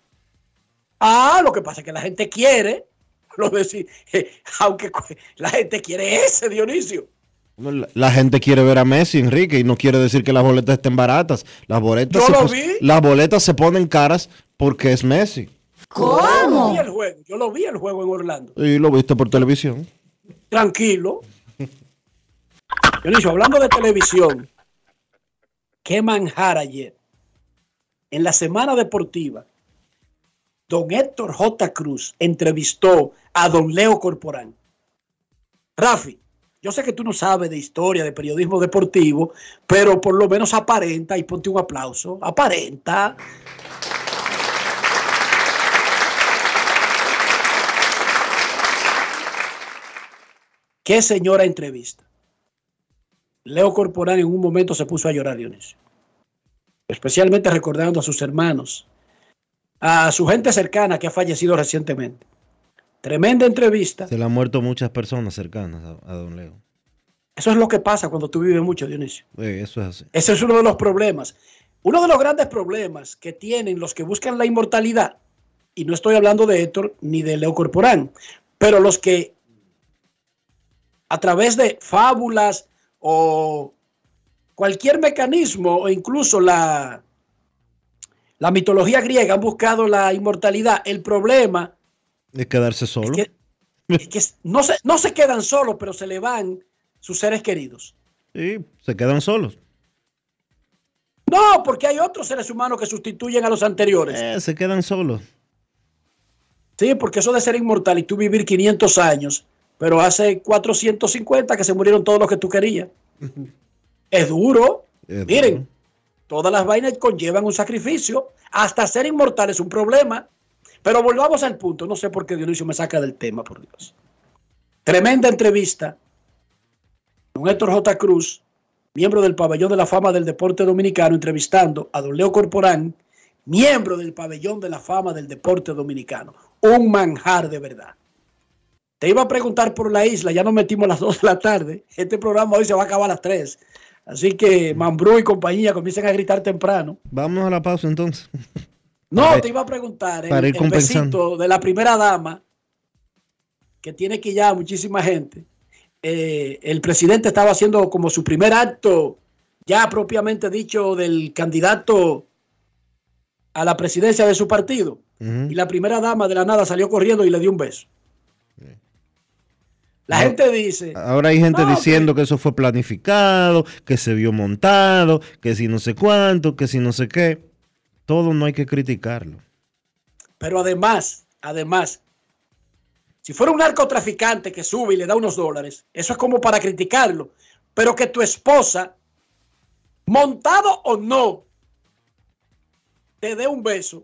Lo que pasa es que la gente quiere, aunque la gente quiere ese, Dionisio. La gente quiere ver a Messi, Enrique, y no quiere decir que las boletas estén baratas. Las boletas se ponen caras porque es Messi. ¿Cómo? Yo lo vi el juego en Orlando. Y lo viste por televisión. Tranquilo. Dionisio, hablando de televisión, qué manjar ayer. En la semana deportiva, don Héctor J. Cruz entrevistó a don Leo Corporán. Rafi, yo sé que tú no sabes de historia, de periodismo deportivo, pero por lo menos aparenta y ponte un aplauso. Aparenta. ¿Qué señora entrevista? Leo Corporán en un momento se puso a llorar, Dionisio. Especialmente recordando a sus hermanos, a su gente cercana que ha fallecido recientemente. Tremenda entrevista. Se le han muerto muchas personas cercanas a don Leo. Eso es lo que pasa cuando tú vives mucho, Dionisio. Eso es así. Ese es uno de los problemas. Uno de los grandes problemas que tienen los que buscan la inmortalidad, y no estoy hablando de Héctor ni de Leo Corporán, pero los que a través de fábulas o cualquier mecanismo o incluso la mitología griega han buscado la inmortalidad. El problema es quedarse solo. Es que no se quedan solos, pero se le van sus seres queridos. Sí, se quedan solos. No, porque hay otros seres humanos que sustituyen a los anteriores. Se quedan solos. Sí, porque eso de ser inmortal y tú vivir 500 años, pero hace 450 que se murieron todos los que tú querías. Es duro. Miren, todas las vainas conllevan un sacrificio. Hasta ser inmortal es un problema. Pero volvamos al punto. No sé por qué Dionisio me saca del tema, por Dios. Tremenda entrevista con Héctor J. Cruz, miembro del Pabellón de la Fama del Deporte Dominicano, entrevistando a don Leo Corporán, miembro del Pabellón de la Fama del Deporte Dominicano. Un manjar de verdad. Te iba a preguntar por la isla, ya nos metimos a las 2 de la tarde. Este programa hoy se va a acabar a las 3. Así que Mambrú y compañía comiencen a gritar temprano. Vamos a la pausa entonces. No, te iba a preguntar el besito de la primera dama, que tiene que ya muchísima gente. El presidente estaba haciendo como su primer acto ya propiamente dicho, del candidato a la presidencia de su partido. Y la primera dama de la nada salió corriendo y le dio un beso. La gente dice... Ahora hay gente diciendo que eso fue planificado, que se vio montado, que si no sé cuánto, que si no sé qué. Todo no hay que criticarlo. Pero además, si fuera un narcotraficante que sube y le da unos $, eso es como para criticarlo. Pero que tu esposa, montado o no, te dé un beso,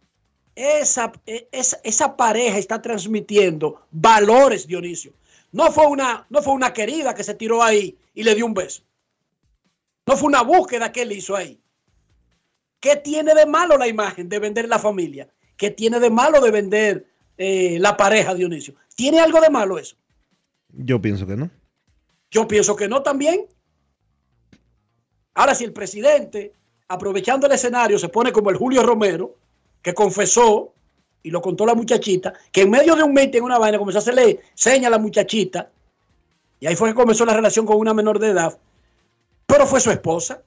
esa pareja está transmitiendo valores, Dionisio. No fue una querida que se tiró ahí y le dio un beso. No fue una búsqueda que él hizo ahí. ¿Qué tiene de malo la imagen de vender la familia? ¿Qué tiene de malo de vender la pareja, Dionisio? ¿Tiene algo de malo eso? Yo pienso que no. Yo pienso que no también. Ahora, si el presidente, aprovechando el escenario, se pone como el Julio Romero, que confesó, y lo contó la muchachita, que en medio de un meeting, una vaina, comenzó a hacerle seña a la muchachita, y ahí fue que comenzó la relación con una menor de edad, pero fue su esposa,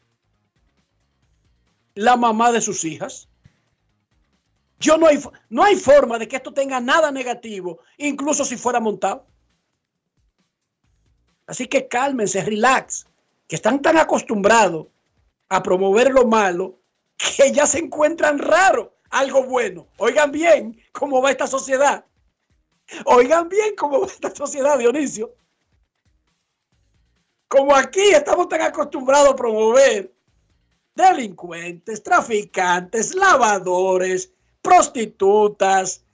la mamá de sus hijas. No hay forma de que esto tenga nada negativo, incluso si fuera montado. Así que cálmense, relax, que están tan acostumbrados a promover lo malo que ya se encuentran raro algo bueno. Oigan bien cómo va esta sociedad. Oigan bien cómo va esta sociedad, Dionisio. Como aquí estamos tan acostumbrados a promover delincuentes, traficantes, lavadores, prostitutas,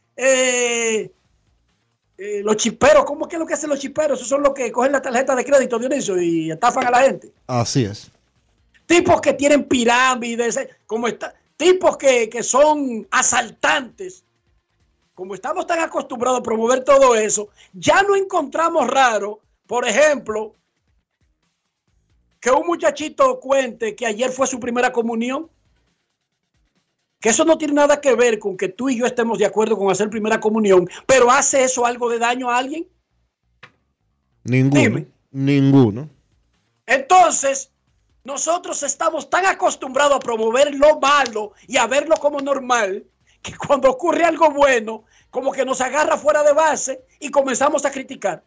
los chiperos. ¿Cómo que es lo que hacen los chiperos? Esos son los que cogen la tarjeta de crédito, Dionisio, y estafan a la gente. Así es. Tipos que tienen pirámides, tipos que son asaltantes. Como estamos tan acostumbrados a promover todo eso, ya no encontramos raro, por ejemplo, que un muchachito cuente que ayer fue su primera comunión. Que eso no tiene nada que ver con que tú y yo estemos de acuerdo con hacer primera comunión, pero ¿hace eso algo de daño a alguien? Ninguno. Dime. Ninguno. Entonces, nosotros estamos tan acostumbrados a promover lo malo y a verlo como normal, que cuando ocurre algo bueno, como que nos agarra fuera de base y comenzamos a criticar.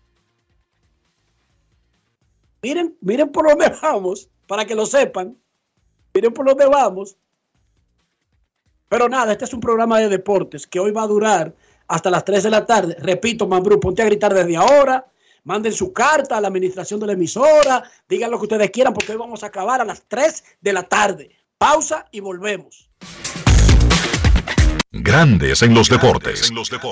Miren por dónde vamos, para que lo sepan. Miren por dónde vamos. Pero nada, este es un programa de deportes que hoy va a durar hasta las 3 de la tarde. Repito, Mambrú, ponte a gritar desde ahora. Manden su carta a la administración de la emisora. Digan lo que ustedes quieran porque hoy vamos a acabar a las 3 de la tarde. Pausa y volvemos. Grandes en los deportes.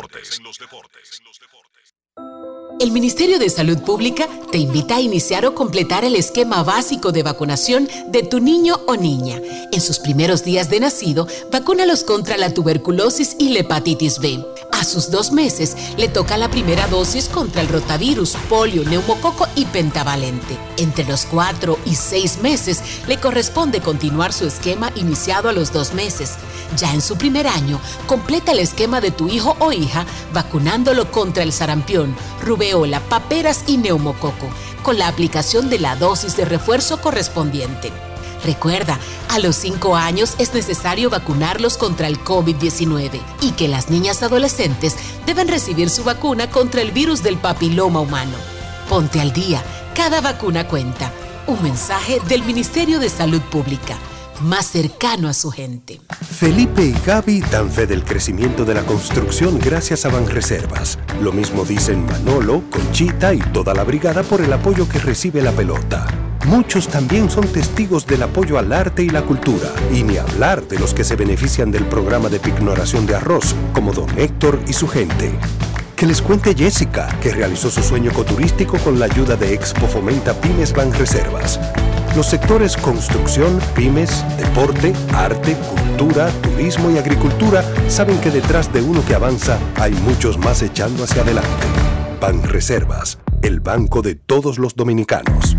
El Ministerio de Salud Pública te invita a iniciar o completar el esquema básico de vacunación de tu niño o niña. En sus primeros días de nacido, vacúnalos contra la tuberculosis y la hepatitis B. A sus 2 meses, le toca la primera dosis contra el rotavirus, polio, neumococo y pentavalente. Entre los 4 y 6 meses, le corresponde continuar su esquema iniciado a los 2 meses. Ya en su primer año, completa el esquema de tu hijo o hija vacunándolo contra el sarampión, rubeola, paperas y neumococo, con la aplicación de la dosis de refuerzo correspondiente. Recuerda, a los 5 años es necesario vacunarlos contra el COVID-19 y que las niñas adolescentes deben recibir su vacuna contra el virus del papiloma humano. Ponte al día, cada vacuna cuenta. Un mensaje del Ministerio de Salud Pública, más cercano a su gente. Felipe y Gaby dan fe del crecimiento de la construcción gracias a Banreservas. Lo mismo dicen Manolo, Conchita y toda la brigada por el apoyo que recibe la pelota. Muchos también son testigos del apoyo al arte y la cultura, y ni hablar de los que se benefician del programa de pignoración de arroz, como don Héctor y su gente. Que les cuente Jessica, que realizó su sueño ecoturístico con la ayuda de Expo Fomenta Pymes Banreservas. Los sectores construcción, pymes, deporte, arte, cultura, turismo y agricultura saben que detrás de uno que avanza hay muchos más echando hacia adelante. Banreservas, el banco de todos los dominicanos.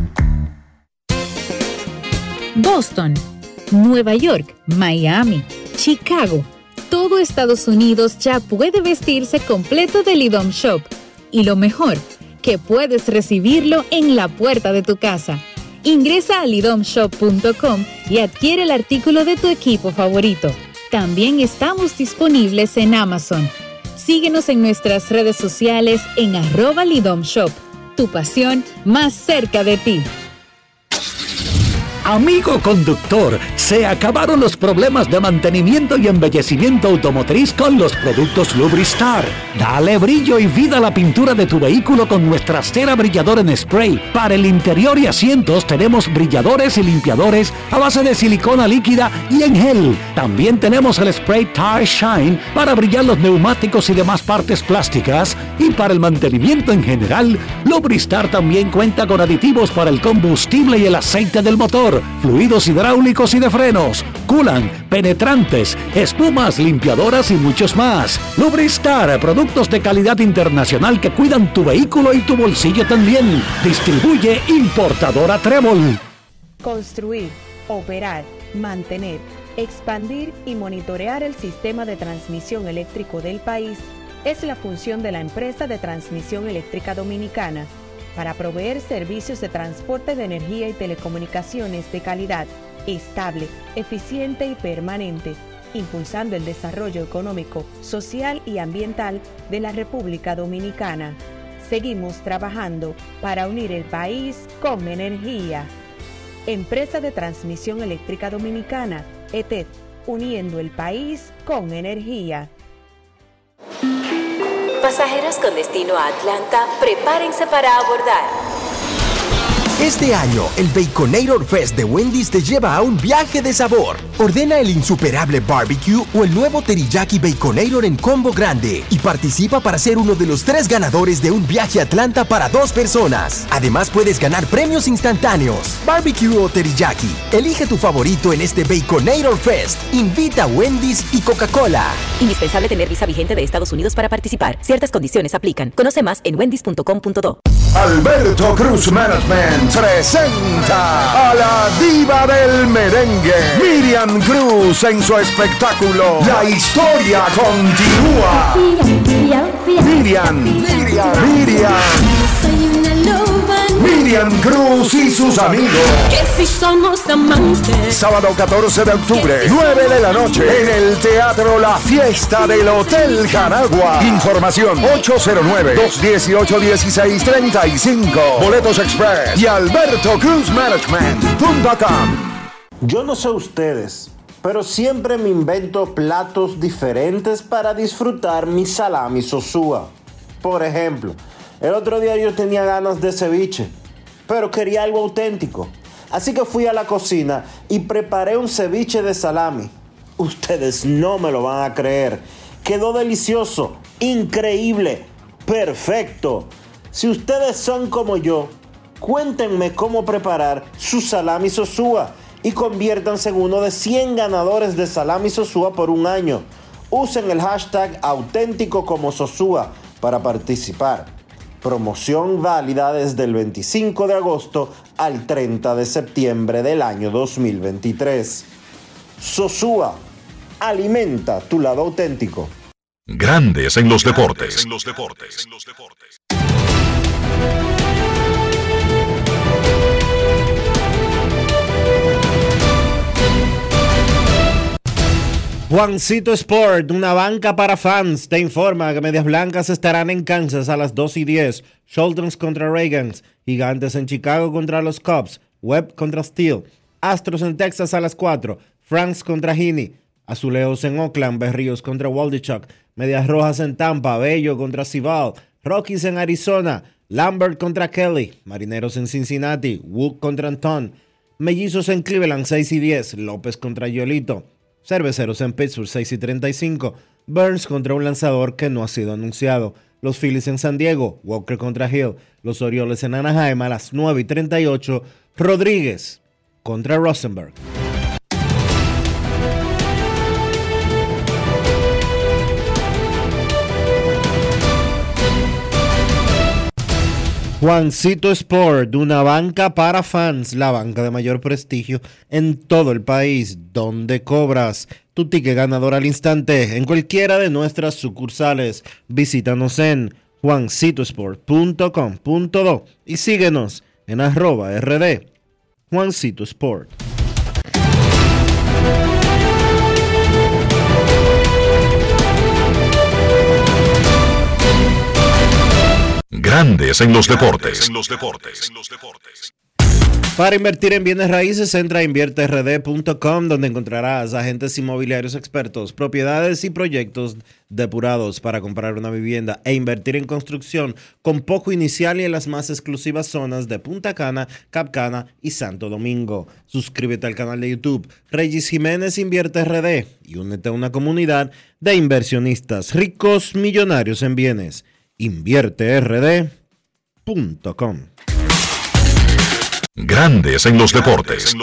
Boston, Nueva York, Miami, Chicago. Todo Estados Unidos ya puede vestirse completo del IDOM Shop. Y lo mejor, que puedes recibirlo en la puerta de tu casa. Ingresa a lidomshop.com y adquiere el artículo de tu equipo favorito. También estamos disponibles en Amazon. Síguenos en nuestras redes sociales en @lidomshop. Tu pasión más cerca de ti. Amigo conductor, se acabaron los problemas de mantenimiento y embellecimiento automotriz con los productos Lubristar. Dale brillo y vida a la pintura de tu vehículo con nuestra cera brilladora en spray. Para el interior y asientos tenemos brilladores y limpiadores a base de silicona líquida y en gel. También tenemos el spray Tire Shine para brillar los neumáticos y demás partes plásticas. Y para el mantenimiento en general, Lubristar también cuenta con aditivos para el combustible y el aceite del motor, fluidos hidráulicos y de frenos, culan, penetrantes, espumas, limpiadoras y muchos más. Lubristar, productos de calidad internacional que cuidan tu vehículo y tu bolsillo también. Distribuye importadora Trébol. Construir, operar, mantener, expandir y monitorear el sistema de transmisión eléctrico del país es la función de la empresa de transmisión eléctrica dominicana, para proveer servicios de transporte de energía y telecomunicaciones de calidad, estable, eficiente y permanente, impulsando el desarrollo económico, social y ambiental de la República Dominicana. Seguimos trabajando para unir el país con energía. Empresa de Transmisión Eléctrica Dominicana, ETED, uniendo el país con energía. Pasajeros con destino a Atlanta, prepárense para abordar. Este año, el Baconator Fest de Wendy's te lleva a un viaje de sabor. Ordena el insuperable barbecue o el nuevo teriyaki Baconator en combo grande y participa para ser uno de los 3 ganadores de un viaje a Atlanta para 2 personas. Además, puedes ganar premios instantáneos. Barbecue o teriyaki, elige tu favorito en este Baconator Fest. Invita a Wendy's y Coca-Cola. Indispensable tener visa vigente de Estados Unidos para participar. Ciertas condiciones aplican. Conoce más en wendys.com.do. Alberto Cruz Management presenta a la diva del merengue, Miriam Cruz, en su espectáculo La Historia Continúa. Miriam Cruz y sus amigos. Que si somos amantes. Sábado 14 de octubre, 9 de la noche, en el Teatro La Fiesta del Hotel Jaragua. Información 809-218-1635. Boletos Express y albertocruzmanagement.com. Yo no sé ustedes, pero siempre me invento platos diferentes para disfrutar mi salami sosúa. Por ejemplo, el otro día yo tenía ganas de ceviche, pero quería algo auténtico. Así que fui a la cocina y preparé un ceviche de salami. Ustedes no me lo van a creer. Quedó delicioso, increíble, perfecto. Si ustedes son como yo, cuéntenme cómo preparar su salami sosúa y conviértanse en uno de 100 ganadores de salami sosúa por un año. Usen el hashtag auténtico como Sosúa para participar. Promoción válida desde el 25 de agosto al 30 de septiembre del año 2023. Sosúa, alimenta tu lado auténtico. Grandes en los deportes. Juancito Sport, una banca para fans, te informa que Medias Blancas estarán en Kansas a las 2:10, Sultans contra Ravens, Gigantes en Chicago contra los Cubs, Webb contra Steel, Astros en Texas a las 4, Franks contra Heaney, Azulejos en Oakland, Berríos contra Waldichuk, Medias Rojas en Tampa, Bello contra Cibal, Rockies en Arizona, Lambert contra Kelly, Marineros en Cincinnati, Wood contra Anton, Mellizos en Cleveland 6:10, López contra Yolito, Cerveceros en Pittsburgh 6:35, Burns contra un lanzador que no ha sido anunciado, los Phillies en San Diego, Walker contra Hill, los Orioles en Anaheim a las 9:38, Rodríguez contra Rosenberg. Juancito Sport, una banca para fans, la banca de mayor prestigio en todo el país, donde cobras tu ticket ganador al instante en cualquiera de nuestras sucursales. Visítanos en juancitosport.com.do y síguenos en @RD Juancito Sport. Grandes en los deportes. Para invertir en bienes raíces, entra a invierterd.com, donde encontrarás agentes inmobiliarios expertos, propiedades y proyectos depurados para comprar una vivienda e invertir en construcción con poco inicial y en las más exclusivas zonas de Punta Cana, Cap Cana y Santo Domingo. Suscríbete al canal de YouTube Regis Jiménez Invierte RD y únete a una comunidad de inversionistas ricos millonarios en bienes. invierterd.com. Grandes en los deportes.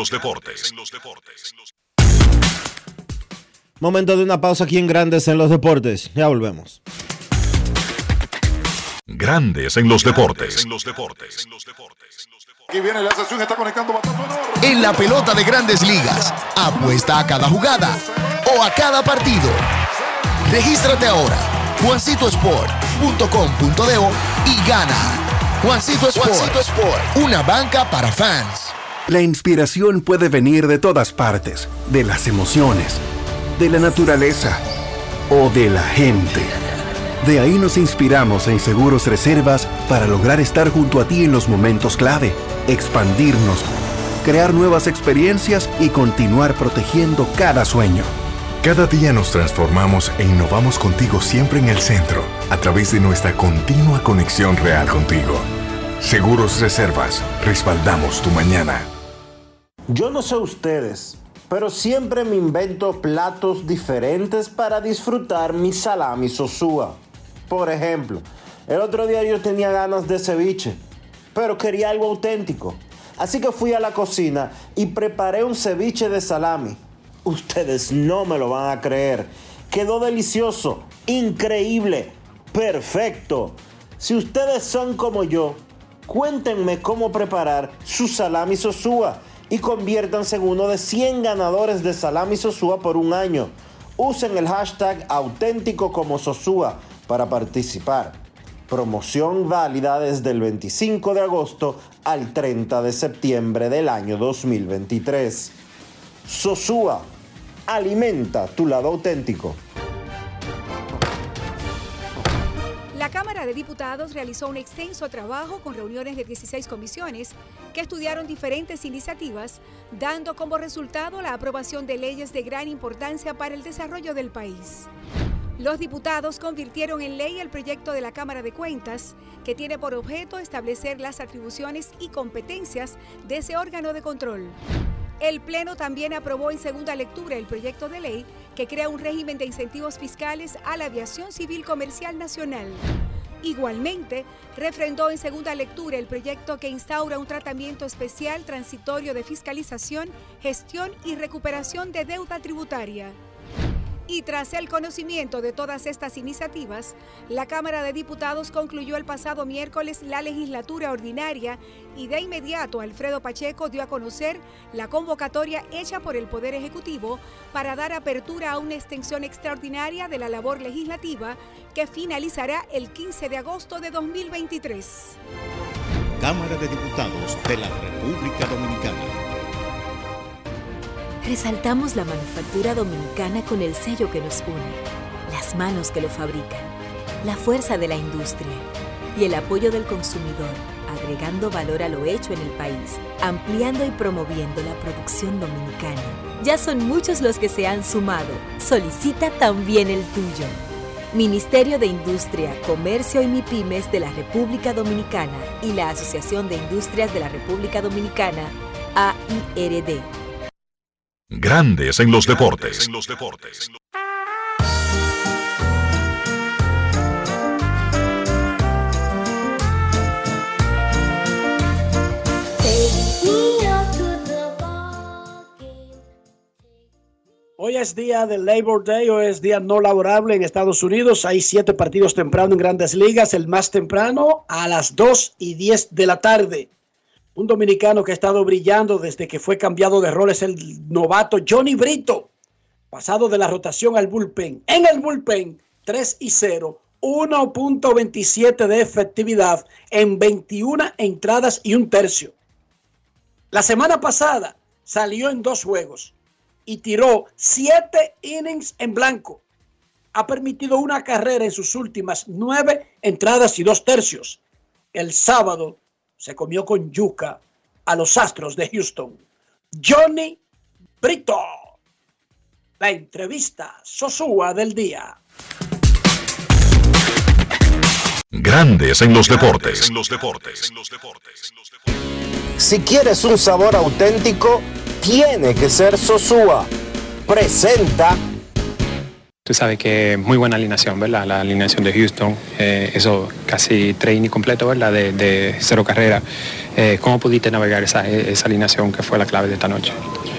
Momento de una pausa aquí en Grandes en los Deportes. Ya volvemos. Grandes en los deportes. Aquí viene la sesión, está conectando bastante honor. En la pelota de Grandes Ligas, apuesta a cada jugada o a cada partido. Regístrate ahora, juancitosport.com.do y gana. Juancito Sport, una banca para fans. La inspiración puede venir de todas partes, de las emociones, de la naturaleza o de la gente. De ahí nos inspiramos en Seguros Reservas para lograr estar junto a ti en los momentos clave, expandirnos, crear nuevas experiencias y continuar protegiendo cada sueño. Cada día nos transformamos e innovamos contigo siempre en el centro, a través de nuestra continua conexión real contigo. Seguros Reservas, respaldamos tu mañana. Yo no sé ustedes, pero siempre me invento platos diferentes para disfrutar mi salami Sosúa. Por ejemplo, el otro día yo tenía ganas de ceviche, pero quería algo auténtico. Así que fui a la cocina y preparé un ceviche de salami. Ustedes no me lo van a creer. Quedó delicioso, increíble, perfecto. Si ustedes son como yo, cuéntenme cómo preparar su salami Sosúa y conviértanse en uno de 100 ganadores de salami Sosúa por un año. Usen el hashtag auténtico como Sosúa para participar. Promoción válida desde el 25 de agosto al 30 de septiembre del año 2023. Sosúa, alimenta tu lado auténtico. La Cámara de Diputados realizó un extenso trabajo con reuniones de 16 comisiones que estudiaron diferentes iniciativas, dando como resultado la aprobación de leyes de gran importancia para el desarrollo del país. Los diputados convirtieron en ley el proyecto de la Cámara de Cuentas, que tiene por objeto establecer las atribuciones y competencias de ese órgano de control. El Pleno también aprobó en segunda lectura el proyecto de ley que crea un régimen de incentivos fiscales a la aviación civil comercial nacional. Igualmente, refrendó en segunda lectura el proyecto que instaura un tratamiento especial transitorio de fiscalización, gestión y recuperación de deuda tributaria. Y tras el conocimiento de todas estas iniciativas, la Cámara de Diputados concluyó el pasado miércoles la legislatura ordinaria y de inmediato Alfredo Pacheco dio a conocer la convocatoria hecha por el Poder Ejecutivo para dar apertura a una extensión extraordinaria de la labor legislativa que finalizará el 15 de agosto de 2023. Cámara de Diputados de la República Dominicana. Resaltamos la manufactura dominicana con el sello que nos une, las manos que lo fabrican, la fuerza de la industria y el apoyo del consumidor, agregando valor a lo hecho en el país, ampliando y promoviendo la producción dominicana. Ya son muchos los que se han sumado. Solicita también el tuyo. Ministerio de Industria, Comercio y MIPYMES de la República Dominicana y la Asociación de Industrias de la República Dominicana, AIRD. Grandes en los deportes. Hoy es día del Labor Day, hoy es día no laborable en Estados Unidos. Hay 7 partidos temprano en Grandes Ligas, el más temprano a las 2:10 de la tarde. Un dominicano que ha estado brillando desde que fue cambiado de rol es el novato Johnny Brito, pasado de la rotación al bullpen. En el bullpen, 3-0, 1.27 de efectividad en 21 entradas y un tercio. La semana pasada salió en 2 juegos y tiró 7 innings en blanco. Ha permitido una carrera en sus últimas 9 entradas y 2 tercios. El sábado se comió con yuca a los Astros de Houston. Johnny Brito. La entrevista Sosúa del día. Grandes en los deportes. Si quieres un sabor auténtico, tiene que ser Sosúa. Presenta. Tú sabes que muy buena alineación, ¿verdad? La alineación de Houston, eso casi 3 innings completo, ¿verdad? De 0 carreras. ¿Cómo pudiste navegar esa alineación que fue la clave de esta noche?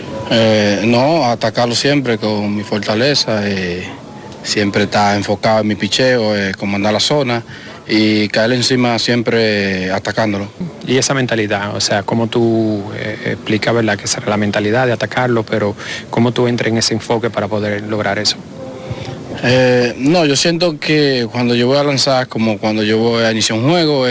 No, atacarlo siempre con mi fortaleza, siempre estar enfocado en mi picheo, comandar la zona y caerle encima siempre atacándolo. Y esa mentalidad, o sea, ¿cómo tú explicas, verdad, que será la mentalidad de atacarlo, pero cómo tú entras en ese enfoque para poder lograr eso? No, yo siento que cuando yo voy a lanzar, como cuando yo voy a iniciar un juego,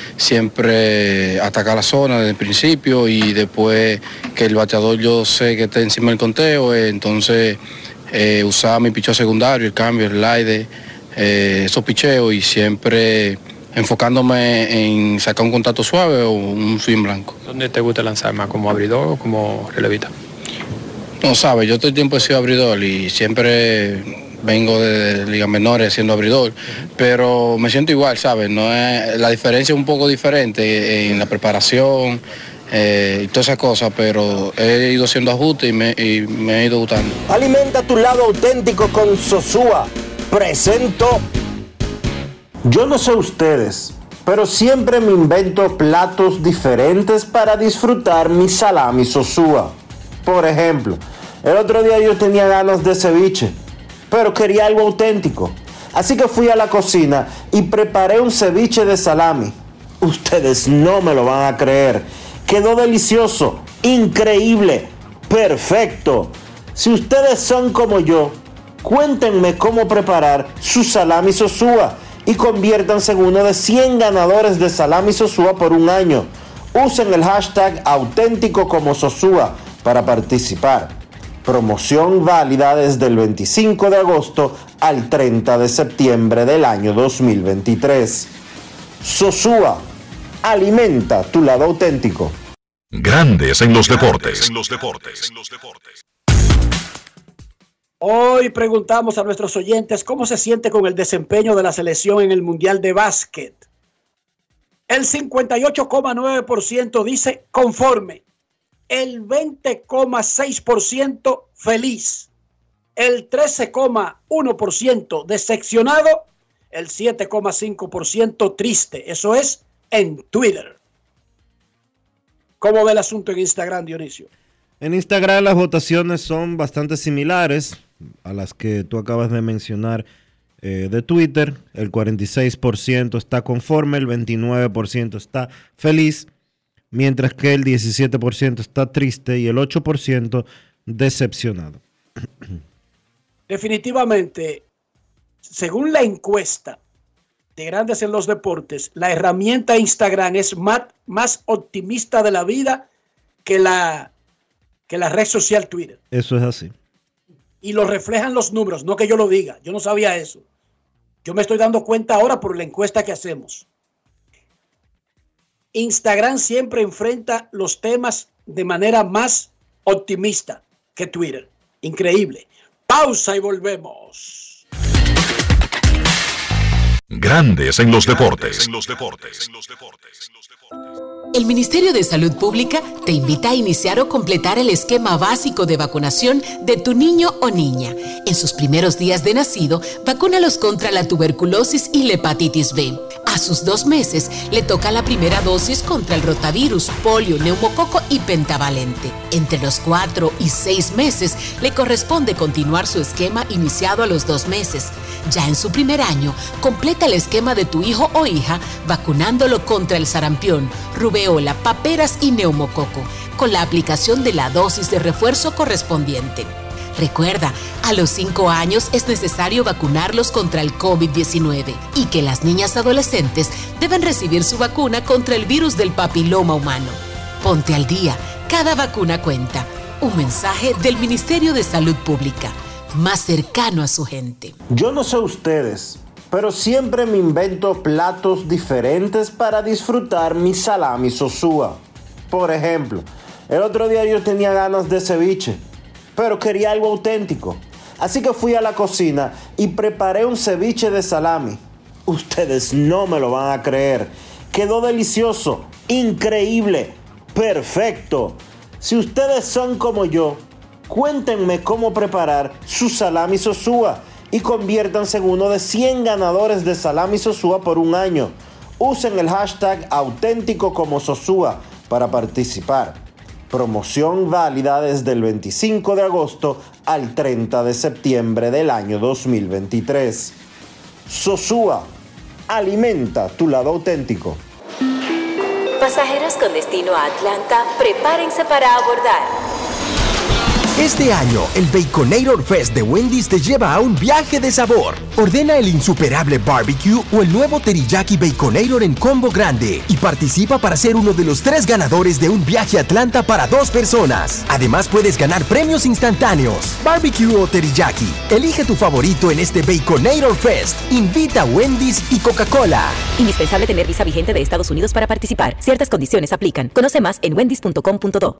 siempre atacar la zona desde el principio y después que el bateador yo sé que está encima del conteo, entonces usar mi picheo secundario, el cambio, el slide, esos picheos y siempre enfocándome en sacar un contacto suave o un swing blanco. ¿Dónde te gusta lanzar más, como abridor o como relevista? No, sabes, yo todo el tiempo he sido abridor y siempre vengo de ligas menores siendo abridor, pero me siento igual, ¿sabes? No es, la diferencia es un poco diferente en la preparación y todas esas cosas, pero he ido haciendo ajustes y me he ido gustando. Alimenta tu lado auténtico con Sosúa. Presento. Yo no sé ustedes, pero siempre me invento platos diferentes para disfrutar mi salami Sosúa. Por ejemplo, el otro día yo tenía ganas de ceviche, pero quería algo auténtico. Así que fui a la cocina y preparé un ceviche de salami. Ustedes no me lo van a creer. Quedó delicioso, increíble, perfecto. Si ustedes son como yo, cuéntenme cómo preparar su salami Sosúa y conviértanse en uno de 100 ganadores de salami Sosúa por un año. Usen el hashtag auténtico como Sosúa para participar. Promoción válida desde el 25 de agosto al 30 de septiembre del año 2023. Sosúa, alimenta tu lado auténtico. Grandes en los deportes. Hoy preguntamos a nuestros oyentes cómo se siente con el desempeño de la selección en el Mundial de Básquet. El 58,9% dice conforme. El 20,6% feliz, el 13,1% decepcionado, el 7,5% triste. Eso es en Twitter. ¿Cómo ve el asunto en Instagram, Dionisio? En Instagram las votaciones son bastante similares a las que tú acabas de mencionar de Twitter. El 46% está conforme, el 29% está feliz, mientras que el 17% está triste y el 8% decepcionado. Definitivamente, según la encuesta de Grandes en los Deportes, la herramienta Instagram es más optimista de la vida que la red social Twitter. Eso es así. Y lo reflejan los números, no que yo lo diga. Yo no sabía eso. Yo me estoy dando cuenta ahora por la encuesta que hacemos. Instagram siempre enfrenta los temas de manera más optimista que Twitter. Increíble. Pausa y volvemos. Grandes en los deportes. El Ministerio de Salud Pública te invita a iniciar o completar el esquema básico de vacunación de tu niño o niña. En sus primeros días de nacido, vacúnalos contra la tuberculosis y la hepatitis B. A sus 2 meses, le toca la primera dosis contra el rotavirus, polio, neumococo y pentavalente. Entre los 4 y 6 meses, le corresponde continuar su esquema iniciado a los 2 meses. Ya en su primer año, completa el esquema de tu hijo o hija vacunándolo contra el sarampión, rubeola, paperas y neumococo, con la aplicación de la dosis de refuerzo correspondiente. Recuerda, a los 5 años es necesario vacunarlos contra el COVID-19 y que las niñas adolescentes deben recibir su vacuna contra el virus del papiloma humano. Ponte al día, Cada vacuna cuenta. Un mensaje del Ministerio de Salud Pública, más cercano a su gente. Yo no sé ustedes, pero siempre me invento platos diferentes para disfrutar mi salami Sosúa. Por ejemplo, el otro día yo tenía ganas de ceviche, pero quería algo auténtico. Así que fui a la cocina y preparé un ceviche de salami. Ustedes no me lo van a creer. Quedó delicioso, increíble, perfecto. Si ustedes son como yo, cuéntenme cómo preparar su salami Sosúa y conviértanse en uno de 100 ganadores de salami Sosúa por un año. Usen el hashtag auténtico como Sosúa para participar. Promoción válida desde el 25 de agosto al 30 de septiembre del año 2023. Sosúa, alimenta tu lado auténtico. Pasajeros con destino a Atlanta, prepárense para abordar. Este año, el Baconator Fest de Wendy's te lleva a un viaje de sabor. Ordena el insuperable barbecue o el nuevo teriyaki Baconator en combo grande y participa para ser uno de los 3 ganadores de un viaje a Atlanta para 2 personas. Además, puedes ganar premios instantáneos. Barbecue o teriyaki. Elige tu favorito en este Baconator Fest. Invita a Wendy's y Coca-Cola. Indispensable tener visa vigente de Estados Unidos para participar. Ciertas condiciones aplican. Conoce más en wendys.com.do.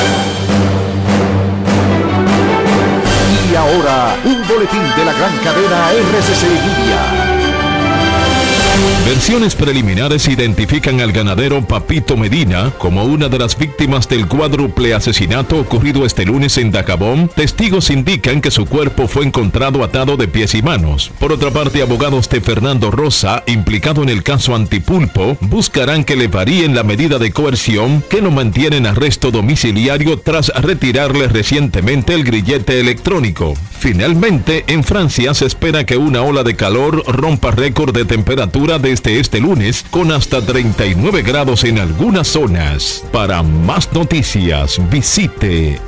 Y ahora, un boletín de la gran cadena RCC Media. Versiones preliminares identifican al ganadero Papito Medina como una de las víctimas del cuádruple asesinato ocurrido este lunes en Dajabón. Testigos indican que su cuerpo fue encontrado atado de pies y manos. Por otra parte, abogados de Fernando Rosa, implicado en el caso Antipulpo, buscarán que le varíen la medida de coerción que lo mantiene en arresto domiciliario tras retirarle recientemente el grillete electrónico. Finalmente, en Francia se espera que una ola de calor rompa récord de temperatura desde este lunes con hasta 39 grados en algunas zonas. Para más noticias, visite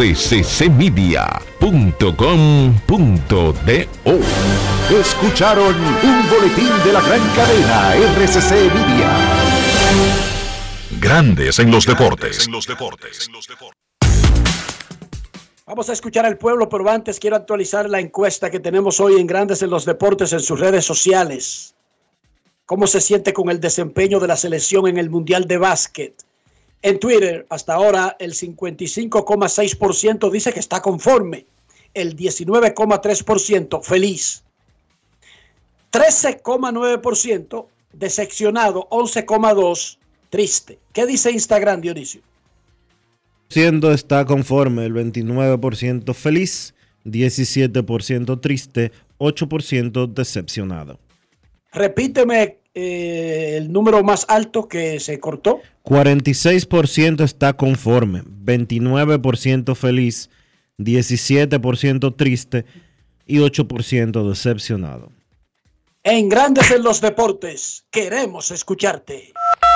rccmedia.com.do. Escucharon un boletín de la gran cadena RCC Media. Grandes en los deportes. Vamos a escuchar al pueblo, pero antes quiero actualizar la encuesta que tenemos hoy en Grandes en los Deportes en sus redes sociales. ¿Cómo se siente con el desempeño de la selección en el Mundial de Básquet? En Twitter, hasta ahora, el 55,6% dice que está conforme. El 19,3% feliz. 13,9% decepcionado. 11,2% triste. ¿Qué dice Instagram, Dionisio? Está conforme, el 29% feliz, 17% triste, 8% decepcionado. Repíteme el número más alto que se cortó. 46% está conforme, 29% feliz, 17% triste y 8% decepcionado. En Grandes en los Deportes, queremos escucharte.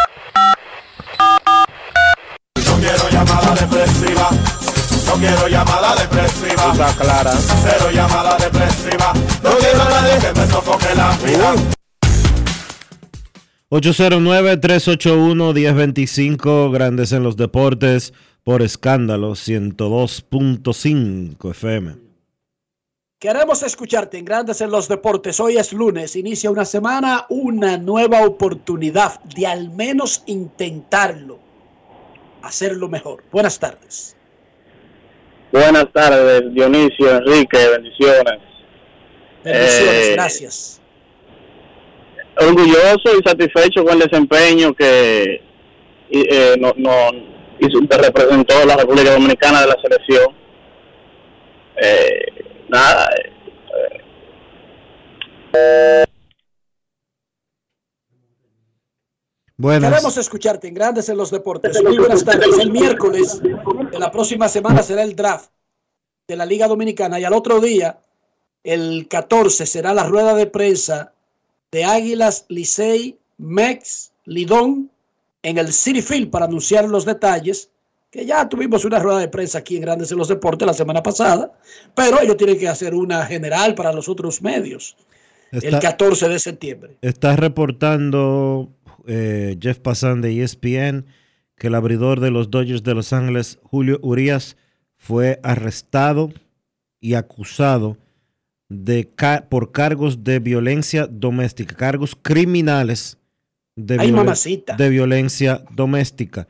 No quiero llamada depresiva. No quiero llamada depresiva. Está clara. Cero llamada depresiva. No quiero a nadie que me sofoque la vida. 809-381-1025, Grandes en los Deportes, por Escándalo 102.5 FM. Queremos escucharte en Grandes en los Deportes. Hoy es lunes, inicia una semana, una nueva oportunidad de al menos intentarlo, hacerlo mejor. Buenas tardes. Buenas tardes, Dionisio, Enrique, bendiciones. Bendiciones, gracias. Orgulloso y satisfecho con el desempeño que representó la República Dominicana de la selección. Buenas. Queremos escucharte en Grandes en los Deportes. Muy buenas tardes. El miércoles de la próxima semana será el draft de la Liga Dominicana y al otro día, el 14, será la rueda de prensa de Águilas, Licey, Mex, Lidón en el Citi Field para anunciar los detalles, que ya tuvimos una rueda de prensa aquí en Grandes en los Deportes la semana pasada, pero ellos tienen que hacer una general para los otros medios el 14 de septiembre. Está reportando Jeff Passan de ESPN que el abridor de los Dodgers de Los Ángeles, Julio Urías, fue arrestado y acusado por cargos de violencia doméstica, cargos criminales de violencia doméstica.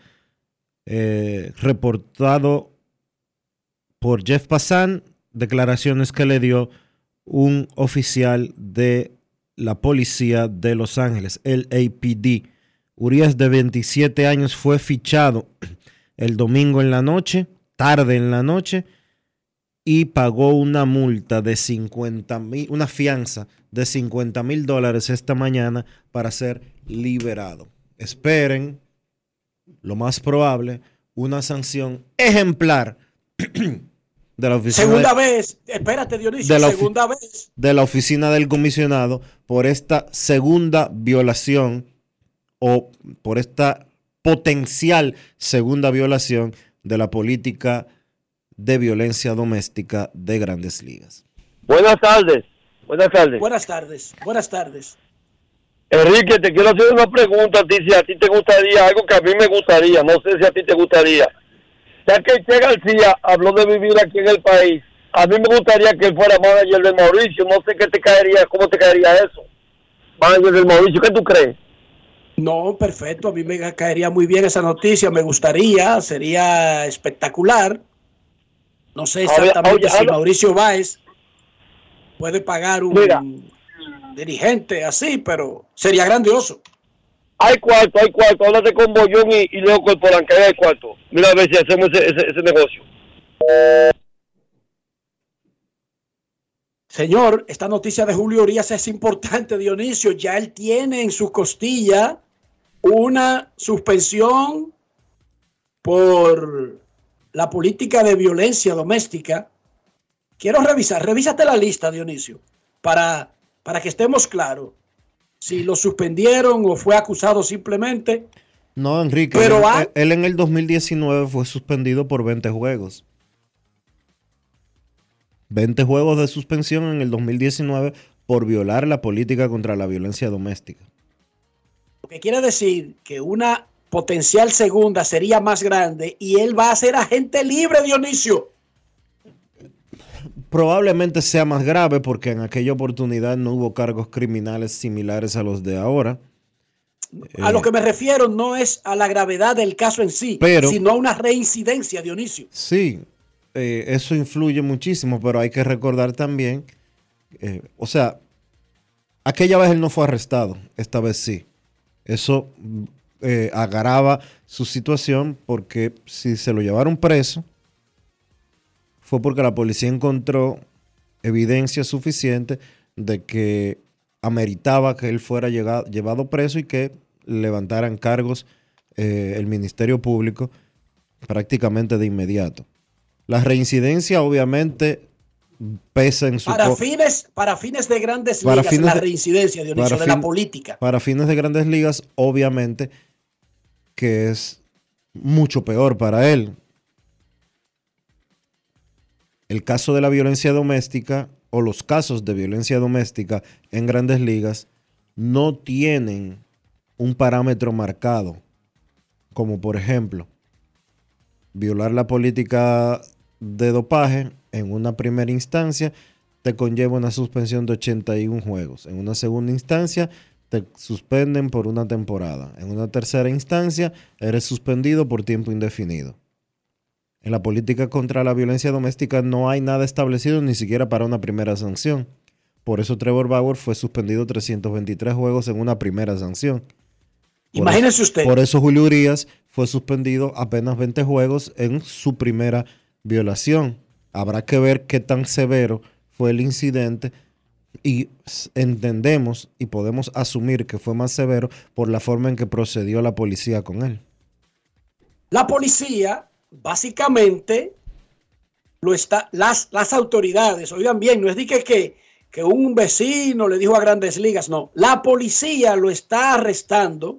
Reportado por Jeff Passan, declaraciones que le dio un oficial de la policía de Los Ángeles, el LAPD. Urías, de 27 años, fue fichado el domingo en la noche, tarde en la noche, y pagó una multa de una fianza de $50,000 esta mañana para ser liberado. Esperen, lo más probable, una sanción ejemplar de la oficina. Segunda vez, espérate, Dionisio, segunda vez. De la oficina del comisionado por esta segunda violación o por esta potencial segunda violación de la política de violencia doméstica de Grandes Ligas. Buenas tardes. Buenas tardes. Enrique, te quiero hacer una pregunta a ti, si a ti te gustaría, algo que a mí me gustaría, no sé si a ti te gustaría. Ya que Che García habló de vivir aquí en el país, a mí me gustaría que él fuera manager del Mauricio, no sé qué te caería, cómo te caería eso. Manager del Mauricio, ¿qué tú crees? No, perfecto, a mí me caería muy bien esa noticia, me gustaría, sería espectacular. No sé exactamente si Mauricio Báez puede pagar un dirigente así, pero sería grandioso. Hay cuarto, háblate con Bollón y Leo Corporán, que hay cuarto. Mira a ver si hacemos ese negocio. Señor, esta noticia de Julio Urías es importante, Dionisio. Ya él tiene en su costilla una suspensión por la política de violencia doméstica. Quiero revísate la lista, Dionisio, para que estemos claros. Si lo suspendieron o fue acusado simplemente. No, Enrique, pero él en el 2019 fue suspendido por 20 juegos. 20 juegos de suspensión en el 2019 por violar la política contra la violencia doméstica. Lo que quiere decir que una potencial segunda sería más grande y él va a ser agente libre, Dionisio. Probablemente sea más grave porque en aquella oportunidad no hubo cargos criminales similares a los de ahora. A lo que me refiero no es a la gravedad del caso en sí, sino a una reincidencia, Dionisio. Sí, eso influye muchísimo, pero hay que recordar también, aquella vez él no fue arrestado, esta vez sí. Eso agrava su situación porque si se lo llevaron preso, fue porque la policía encontró evidencia suficiente de que ameritaba que él fuera llevado preso y que levantaran cargos el Ministerio Público prácticamente de inmediato. La reincidencia obviamente pesa en su... Para fines de Grandes Ligas, la reincidencia, Dionisio, de la política. Para fines de Grandes Ligas, obviamente que es mucho peor para él. El caso de la violencia doméstica o los casos de violencia doméstica en Grandes Ligas no tienen un parámetro marcado, como por ejemplo, violar la política de dopaje en una primera instancia te conlleva una suspensión de 81 juegos. En una segunda instancia te suspenden por una temporada. En una tercera instancia eres suspendido por tiempo indefinido. En la política contra la violencia doméstica no hay nada establecido ni siquiera para una primera sanción. Por eso Trevor Bauer fue suspendido 323 juegos en una primera sanción. Imagínese usted. Por eso Julio Urías fue suspendido apenas 20 juegos en su primera violación. Habrá que ver qué tan severo fue el incidente y entendemos y podemos asumir que fue más severo por la forma en que procedió la policía con él. La policía, básicamente, las autoridades, oigan bien, no es de que un vecino le dijo a Grandes Ligas, no, la policía lo está arrestando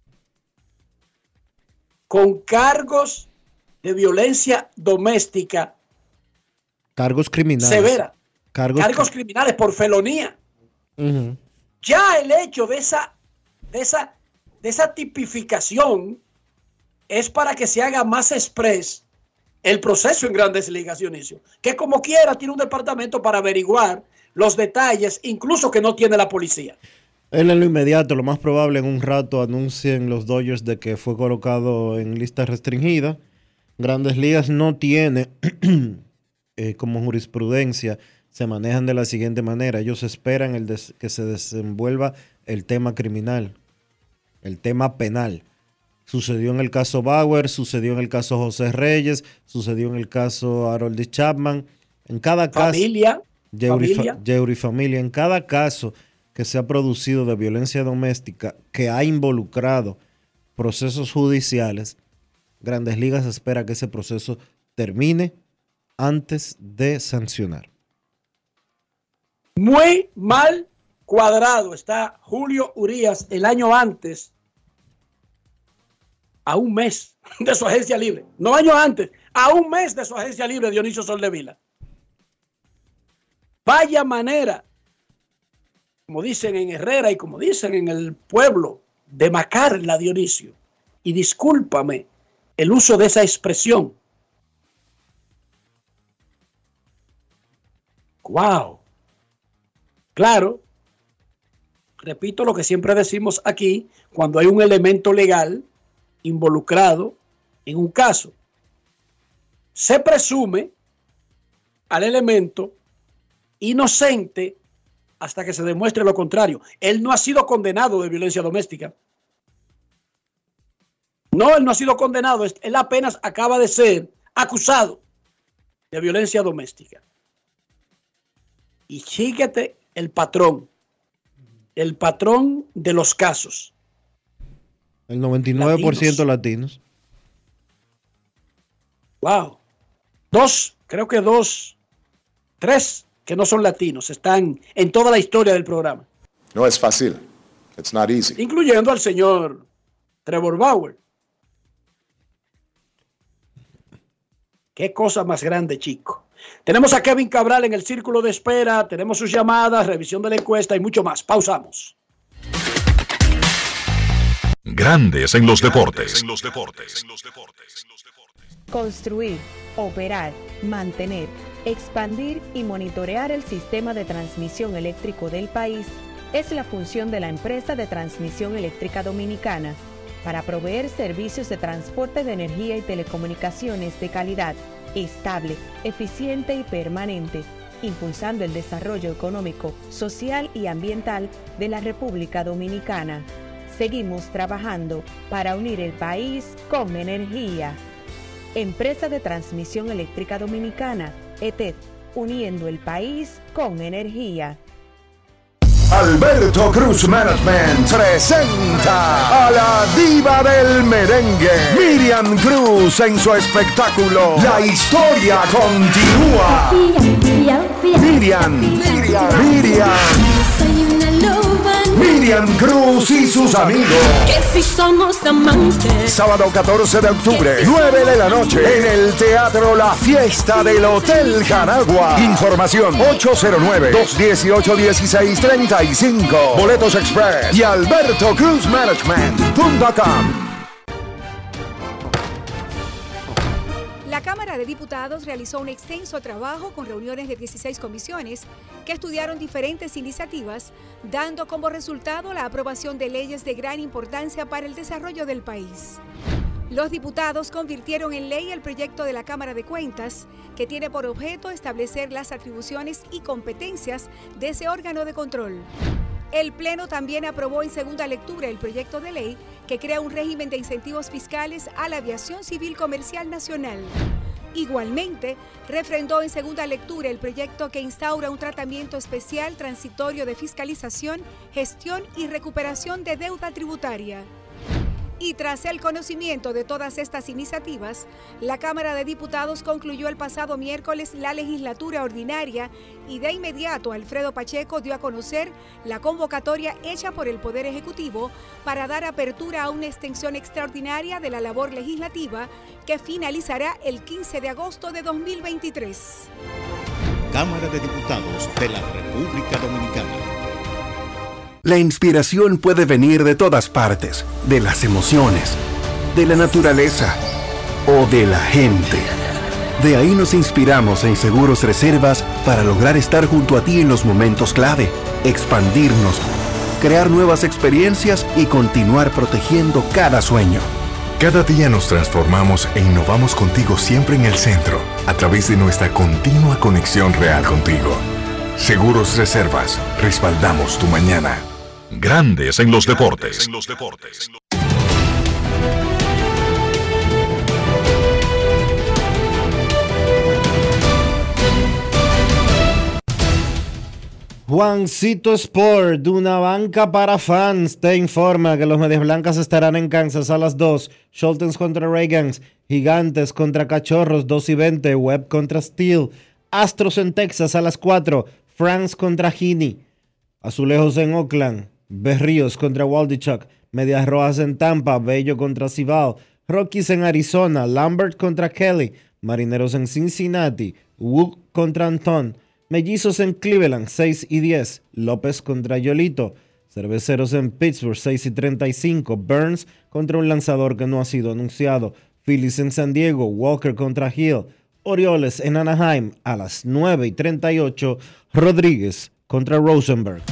con cargos de violencia doméstica. Cargos criminales. Severa. Cargos criminales por felonía. Uh-huh. Ya el hecho de esa tipificación es para que se haga más express el proceso en Grandes Ligas, Dionisio, que como quiera tiene un departamento para averiguar los detalles, incluso que no tiene la policía. Él en lo inmediato, lo más probable en un rato anuncien los Dodgers de que fue colocado en lista restringida. Grandes Ligas no tiene como jurisprudencia, se manejan de la siguiente manera. Ellos esperan que se desenvuelva el tema criminal, el tema penal. Sucedió en el caso Bauer, sucedió en el caso José Reyes, sucedió en el caso Harold Chapman. En cada caso, Yeuri Familia, en cada caso que se ha producido de violencia doméstica que ha involucrado procesos judiciales, Grandes Ligas espera que ese proceso termine antes de sancionar. Muy mal cuadrado está Julio Urías el año antes, a un mes de su agencia libre. No año antes, a un mes de su agencia libre, Dionisio Soldevila. Vaya manera, como dicen en Herrera y como dicen en el pueblo, de macarla, Dionisio. Y discúlpame el uso de esa expresión. ¡Wow! Claro, repito lo que siempre decimos aquí, cuando hay un elemento legal involucrado en un caso, se presume al elemento inocente hasta que se demuestre lo contrario. Él no ha sido condenado de violencia doméstica. No, él no ha sido condenado. Él apenas acaba de ser acusado de violencia doméstica. Y fíjate el patrón de los casos. El 99% latinos. Wow. Tres que no son latinos están en toda la historia del programa. No es fácil. It's not easy. Incluyendo al señor Trevor Bauer. Qué cosa más grande, chico. Tenemos a Kevin Cabral en el círculo de espera, tenemos sus llamadas, revisión de la encuesta y mucho más. Pausamos. Grandes en los deportes. Construir, operar, mantener, expandir y monitorear el sistema de transmisión eléctrico del país es la función de la empresa de transmisión eléctrica dominicana para proveer servicios de transporte de energía y telecomunicaciones de calidad, estable, eficiente y permanente, impulsando el desarrollo económico, social y ambiental de la República Dominicana. Seguimos trabajando para unir el país con energía. Empresa de Transmisión Eléctrica Dominicana, ETED, uniendo el país con energía. Alberto Cruz Management presenta a la diva del merengue, Miriam Cruz, en su espectáculo La Historia Continúa. Miriam Cruz y sus amigos. Que si somos amantes. Sábado 14 de octubre, 9 de la noche, en el Teatro La Fiesta del Hotel Jaragua. Información 809-218-1635. Boletos Express y albertocruzmanagement.com. La Cámara de Diputados realizó un extenso trabajo con reuniones de 16 comisiones que estudiaron diferentes iniciativas, dando como resultado la aprobación de leyes de gran importancia para el desarrollo del país. Los diputados convirtieron en ley el proyecto de la Cámara de Cuentas, que tiene por objeto establecer las atribuciones y competencias de ese órgano de control. El Pleno también aprobó en segunda lectura el proyecto de ley que crea un régimen de incentivos fiscales a la aviación civil comercial nacional. Igualmente, refrendó en segunda lectura el proyecto que instaura un tratamiento especial transitorio de fiscalización, gestión y recuperación de deuda tributaria. Y tras el conocimiento de todas estas iniciativas, la Cámara de Diputados concluyó el pasado miércoles la legislatura ordinaria y de inmediato Alfredo Pacheco dio a conocer la convocatoria hecha por el Poder Ejecutivo para dar apertura a una extensión extraordinaria de la labor legislativa que finalizará el 15 de agosto de 2023. Cámara de Diputados de la República Dominicana. La inspiración puede venir de todas partes, de las emociones, de la naturaleza o de la gente. De ahí nos inspiramos en Seguros Reservas para lograr estar junto a ti en los momentos clave, expandirnos, crear nuevas experiencias y continuar protegiendo cada sueño. Cada día nos transformamos e innovamos contigo siempre en el centro, a través de nuestra continua conexión real contigo. Seguros Reservas, respaldamos tu mañana. Grandes en los deportes. Juancito Sport, de una banca para fans, te informa que los Medias Blancas estarán en Kansas a las 2, Sultans contra Reagans, Gigantes contra Cachorros 2:20, Webb contra Steel, Astros en Texas a las 4, France contra Heaney, Azulejos en Oakland, Berríos contra Waldichuk, Medias Rojas en Tampa, Bello contra Cibao, Rockies en Arizona, Lambert contra Kelly, Marineros en Cincinnati, Wood contra Antón, Mellizos en Cleveland, 6:10. López contra Yolito. Cerveceros en Pittsburgh, 6:35. Burns contra un lanzador que no ha sido anunciado. Phillies en San Diego. Walker contra Hill. Orioles en Anaheim a las 9:38. Rodríguez contra Rosenberg.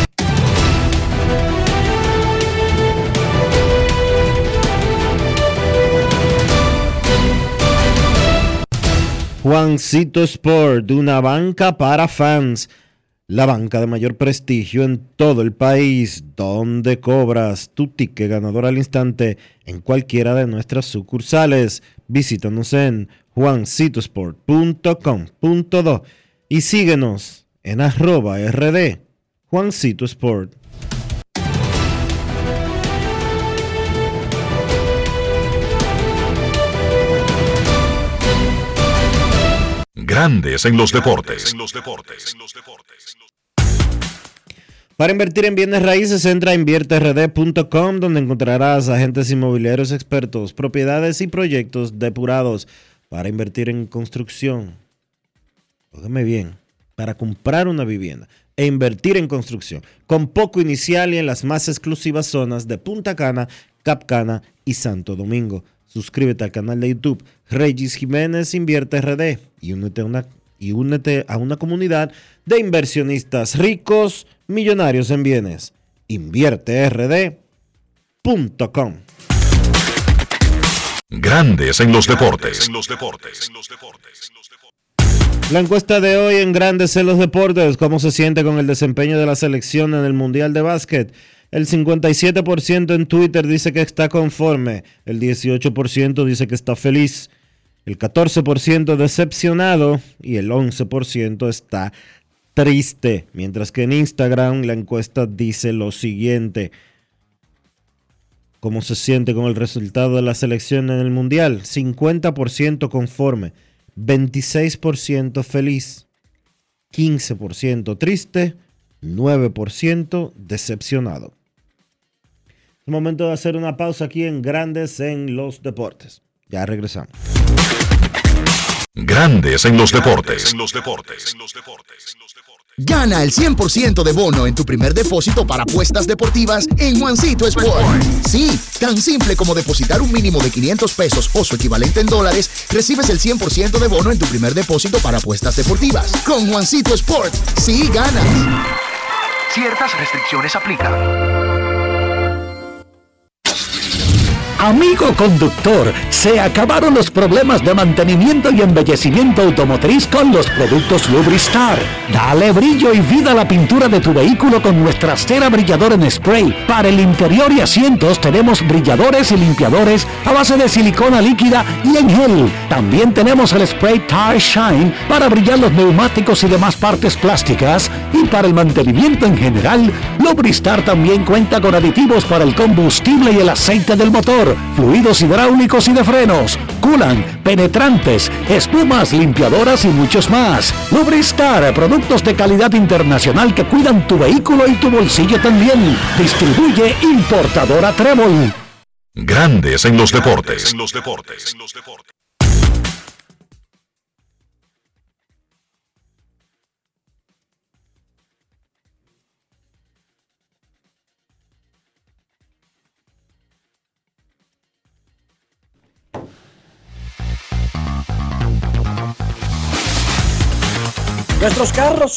Juancito Sport, una banca para fans, la banca de mayor prestigio en todo el país, donde cobras tu ticket ganador al instante en cualquiera de nuestras sucursales. Visítanos en juancitosport.com.do y síguenos en @RD Juancito Sport. Grandes en los deportes. Para invertir en bienes raíces, entra a invierterd.com, donde encontrarás agentes inmobiliarios expertos, propiedades y proyectos depurados para invertir en construcción. Óigame bien, para comprar una vivienda e invertir en construcción, con poco inicial y en las más exclusivas zonas de Punta Cana, Cap Cana y Santo Domingo. Suscríbete al canal de YouTube Regis Jiménez Invierte RD y únete a una comunidad de inversionistas ricos, millonarios en bienes. InvierteRD.com. Grandes en los deportes. La encuesta de hoy en Grandes en los Deportes: ¿cómo se siente con el desempeño de la selección en el Mundial de Básquet? El 57% en Twitter dice que está conforme, el 18% dice que está feliz, el 14% decepcionado y el 11% está triste. Mientras que en Instagram la encuesta dice lo siguiente: ¿cómo se siente con el resultado de la selección en el Mundial? 50% conforme, 26% feliz, 15% triste, 9% decepcionado. Es momento de hacer una pausa aquí en Grandes en los Deportes. Ya regresamos. Grandes en los deportes. Gana el 100% de bono en tu primer depósito para apuestas deportivas en Juancito Sport. Sí, tan simple como depositar un mínimo de 500 pesos o su equivalente en dólares, recibes el 100% de bono en tu primer depósito para apuestas deportivas. Con Juancito Sport, sí ganas. Ciertas restricciones aplican. Amigo conductor, se acabaron los problemas de mantenimiento y embellecimiento automotriz con los productos Lubristar. Dale brillo y vida a la pintura de tu vehículo con nuestra cera brilladora en spray. Para el interior y asientos tenemos brilladores y limpiadores a base de silicona líquida y en gel. También tenemos el spray Tire Shine para brillar los neumáticos y demás partes plásticas. Y para el mantenimiento en general, Lubristar también cuenta con aditivos para el combustible y el aceite del motor, fluidos hidráulicos y de frenos, culan, penetrantes, espumas, limpiadoras y muchos más. Lubristar, productos de calidad internacional que cuidan tu vehículo y tu bolsillo también. Distribuye importadora Trébol. Grandes en los deportes. Nuestros carros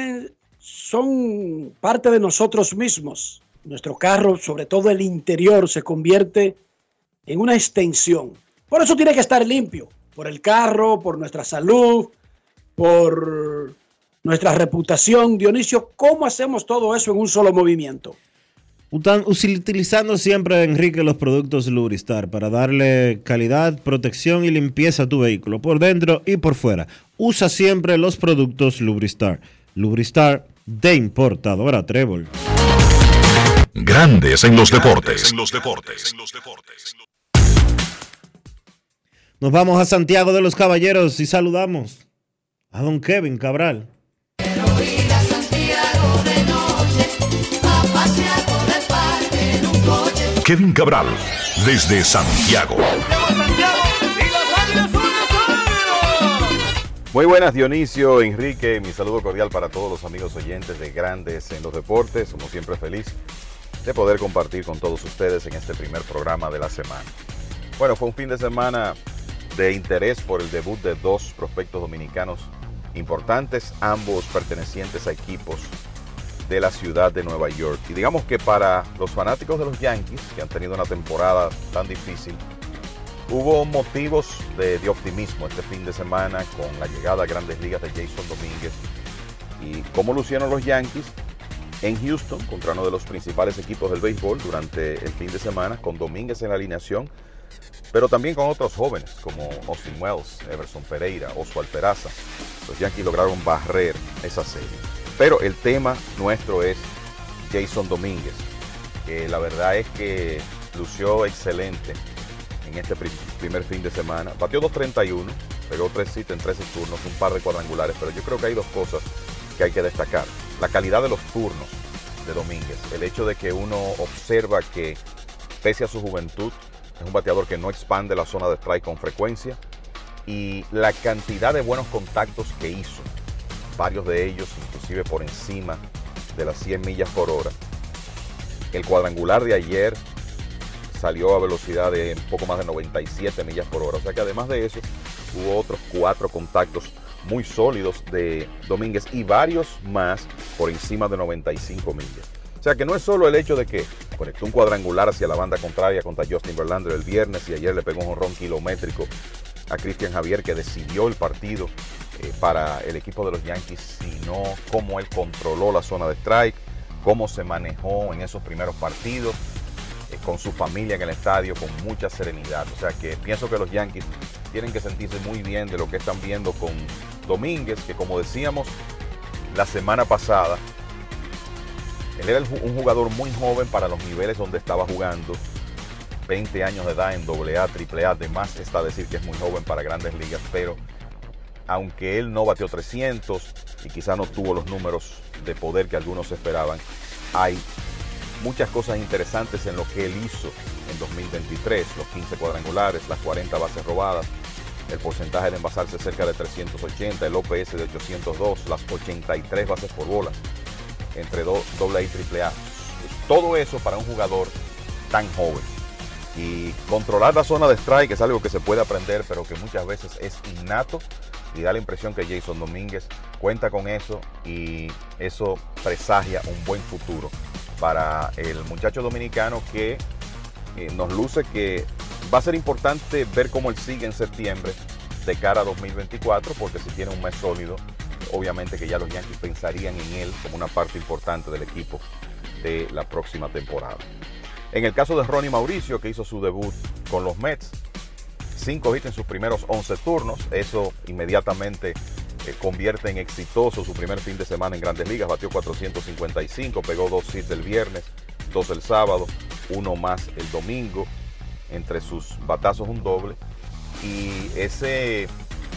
son parte de nosotros mismos. Nuestro carro, sobre todo el interior, se convierte en una extensión. Por eso tiene que estar limpio. Por el carro, por nuestra salud, por nuestra reputación. Dionisio, ¿cómo hacemos todo eso en un solo movimiento? Utilizando siempre, Enrique, los productos Lubristar para darle calidad, protección y limpieza a tu vehículo, por dentro y por fuera. Usa siempre los productos Lubristar. Lubristar de importadora Trébol. Grandes en los deportes. Nos vamos a Santiago de los Caballeros y saludamos a don Kevin Cabral. Kevin Cabral, desde Santiago. Muy buenas, Dionisio, Enrique, mi saludo cordial para todos los amigos oyentes de Grandes en los Deportes. Como siempre, feliz de poder compartir con todos ustedes en este primer programa de la semana. Bueno, fue un fin de semana de interés por el debut de dos prospectos dominicanos importantes, ambos pertenecientes a equipos de la ciudad de Nueva York. Y digamos que para los fanáticos de los Yankees, que han tenido una temporada tan difícil, hubo motivos de optimismo este fin de semana con la llegada a Grandes Ligas de Jason Domínguez y cómo lucieron los Yankees en Houston contra uno de los principales equipos del béisbol durante el fin de semana, con Domínguez en la alineación, pero también con otros jóvenes como Austin Wells, Everson Pereira, Oswald Peraza. Los Yankees lograron barrer esa serie. Pero el tema nuestro es Jason Domínguez, que la verdad es que lució excelente en este primer fin de semana. Batió 2.31, pegó 3 hits en 13 turnos, un par de cuadrangulares, pero yo creo que hay dos cosas que hay que destacar. La calidad de los turnos de Domínguez, el hecho de que uno observa que pese a su juventud, es un bateador que no expande la zona de strike con frecuencia, y la cantidad de buenos contactos que hizo, varios de ellos inclusive por encima de las 100 millas por hora. El cuadrangular de ayer salió a velocidad de un poco más de 97 millas por hora, o sea que además de eso hubo otros 4 contactos muy sólidos de Domínguez y varios más por encima de 95 millas. O sea que no es solo el hecho de que conectó un cuadrangular hacia la banda contraria contra Justin Verlander el viernes y ayer le pegó un jonrón kilométrico a Cristian Javier que decidió el partido para el equipo de los Yankees, sino cómo él controló la zona de strike, cómo se manejó en esos primeros partidos, con su familia en el estadio, con mucha serenidad. O sea que pienso que los Yankees tienen que sentirse muy bien de lo que están viendo con Domínguez, que como decíamos la semana pasada, él era un jugador muy joven para los niveles donde estaba jugando, 20 años de edad en AA, AAA, además está decir que es muy joven para Grandes Ligas, pero aunque él no batió 300 y quizá no tuvo los números de poder que algunos esperaban, hay muchas cosas interesantes en lo que él hizo en 2023, los 15 cuadrangulares, las 40 bases robadas, el porcentaje de envasarse cerca de 380, el OPS de 802, las 83 bases por bola entre AA y AAA. Todo eso para un jugador tan joven. Y controlar la zona de strike es algo que se puede aprender, pero que muchas veces es innato, y da la impresión que Jason Domínguez cuenta con eso, y eso presagia un buen futuro para el muchacho dominicano que nos luce que va a ser importante ver cómo él sigue en septiembre de cara a 2024, porque si tiene un mes sólido, obviamente que ya los Yankees pensarían en él como una parte importante del equipo de la próxima temporada. En el caso de Ronnie Mauricio, que hizo su debut con los Mets, 5 hits en sus primeros 11 turnos, eso inmediatamente convierte en exitoso su primer fin de semana en Grandes Ligas. Batió 455, pegó 2 hits el viernes, 2 el sábado, 1 más el domingo, entre sus batazos un doble, y ese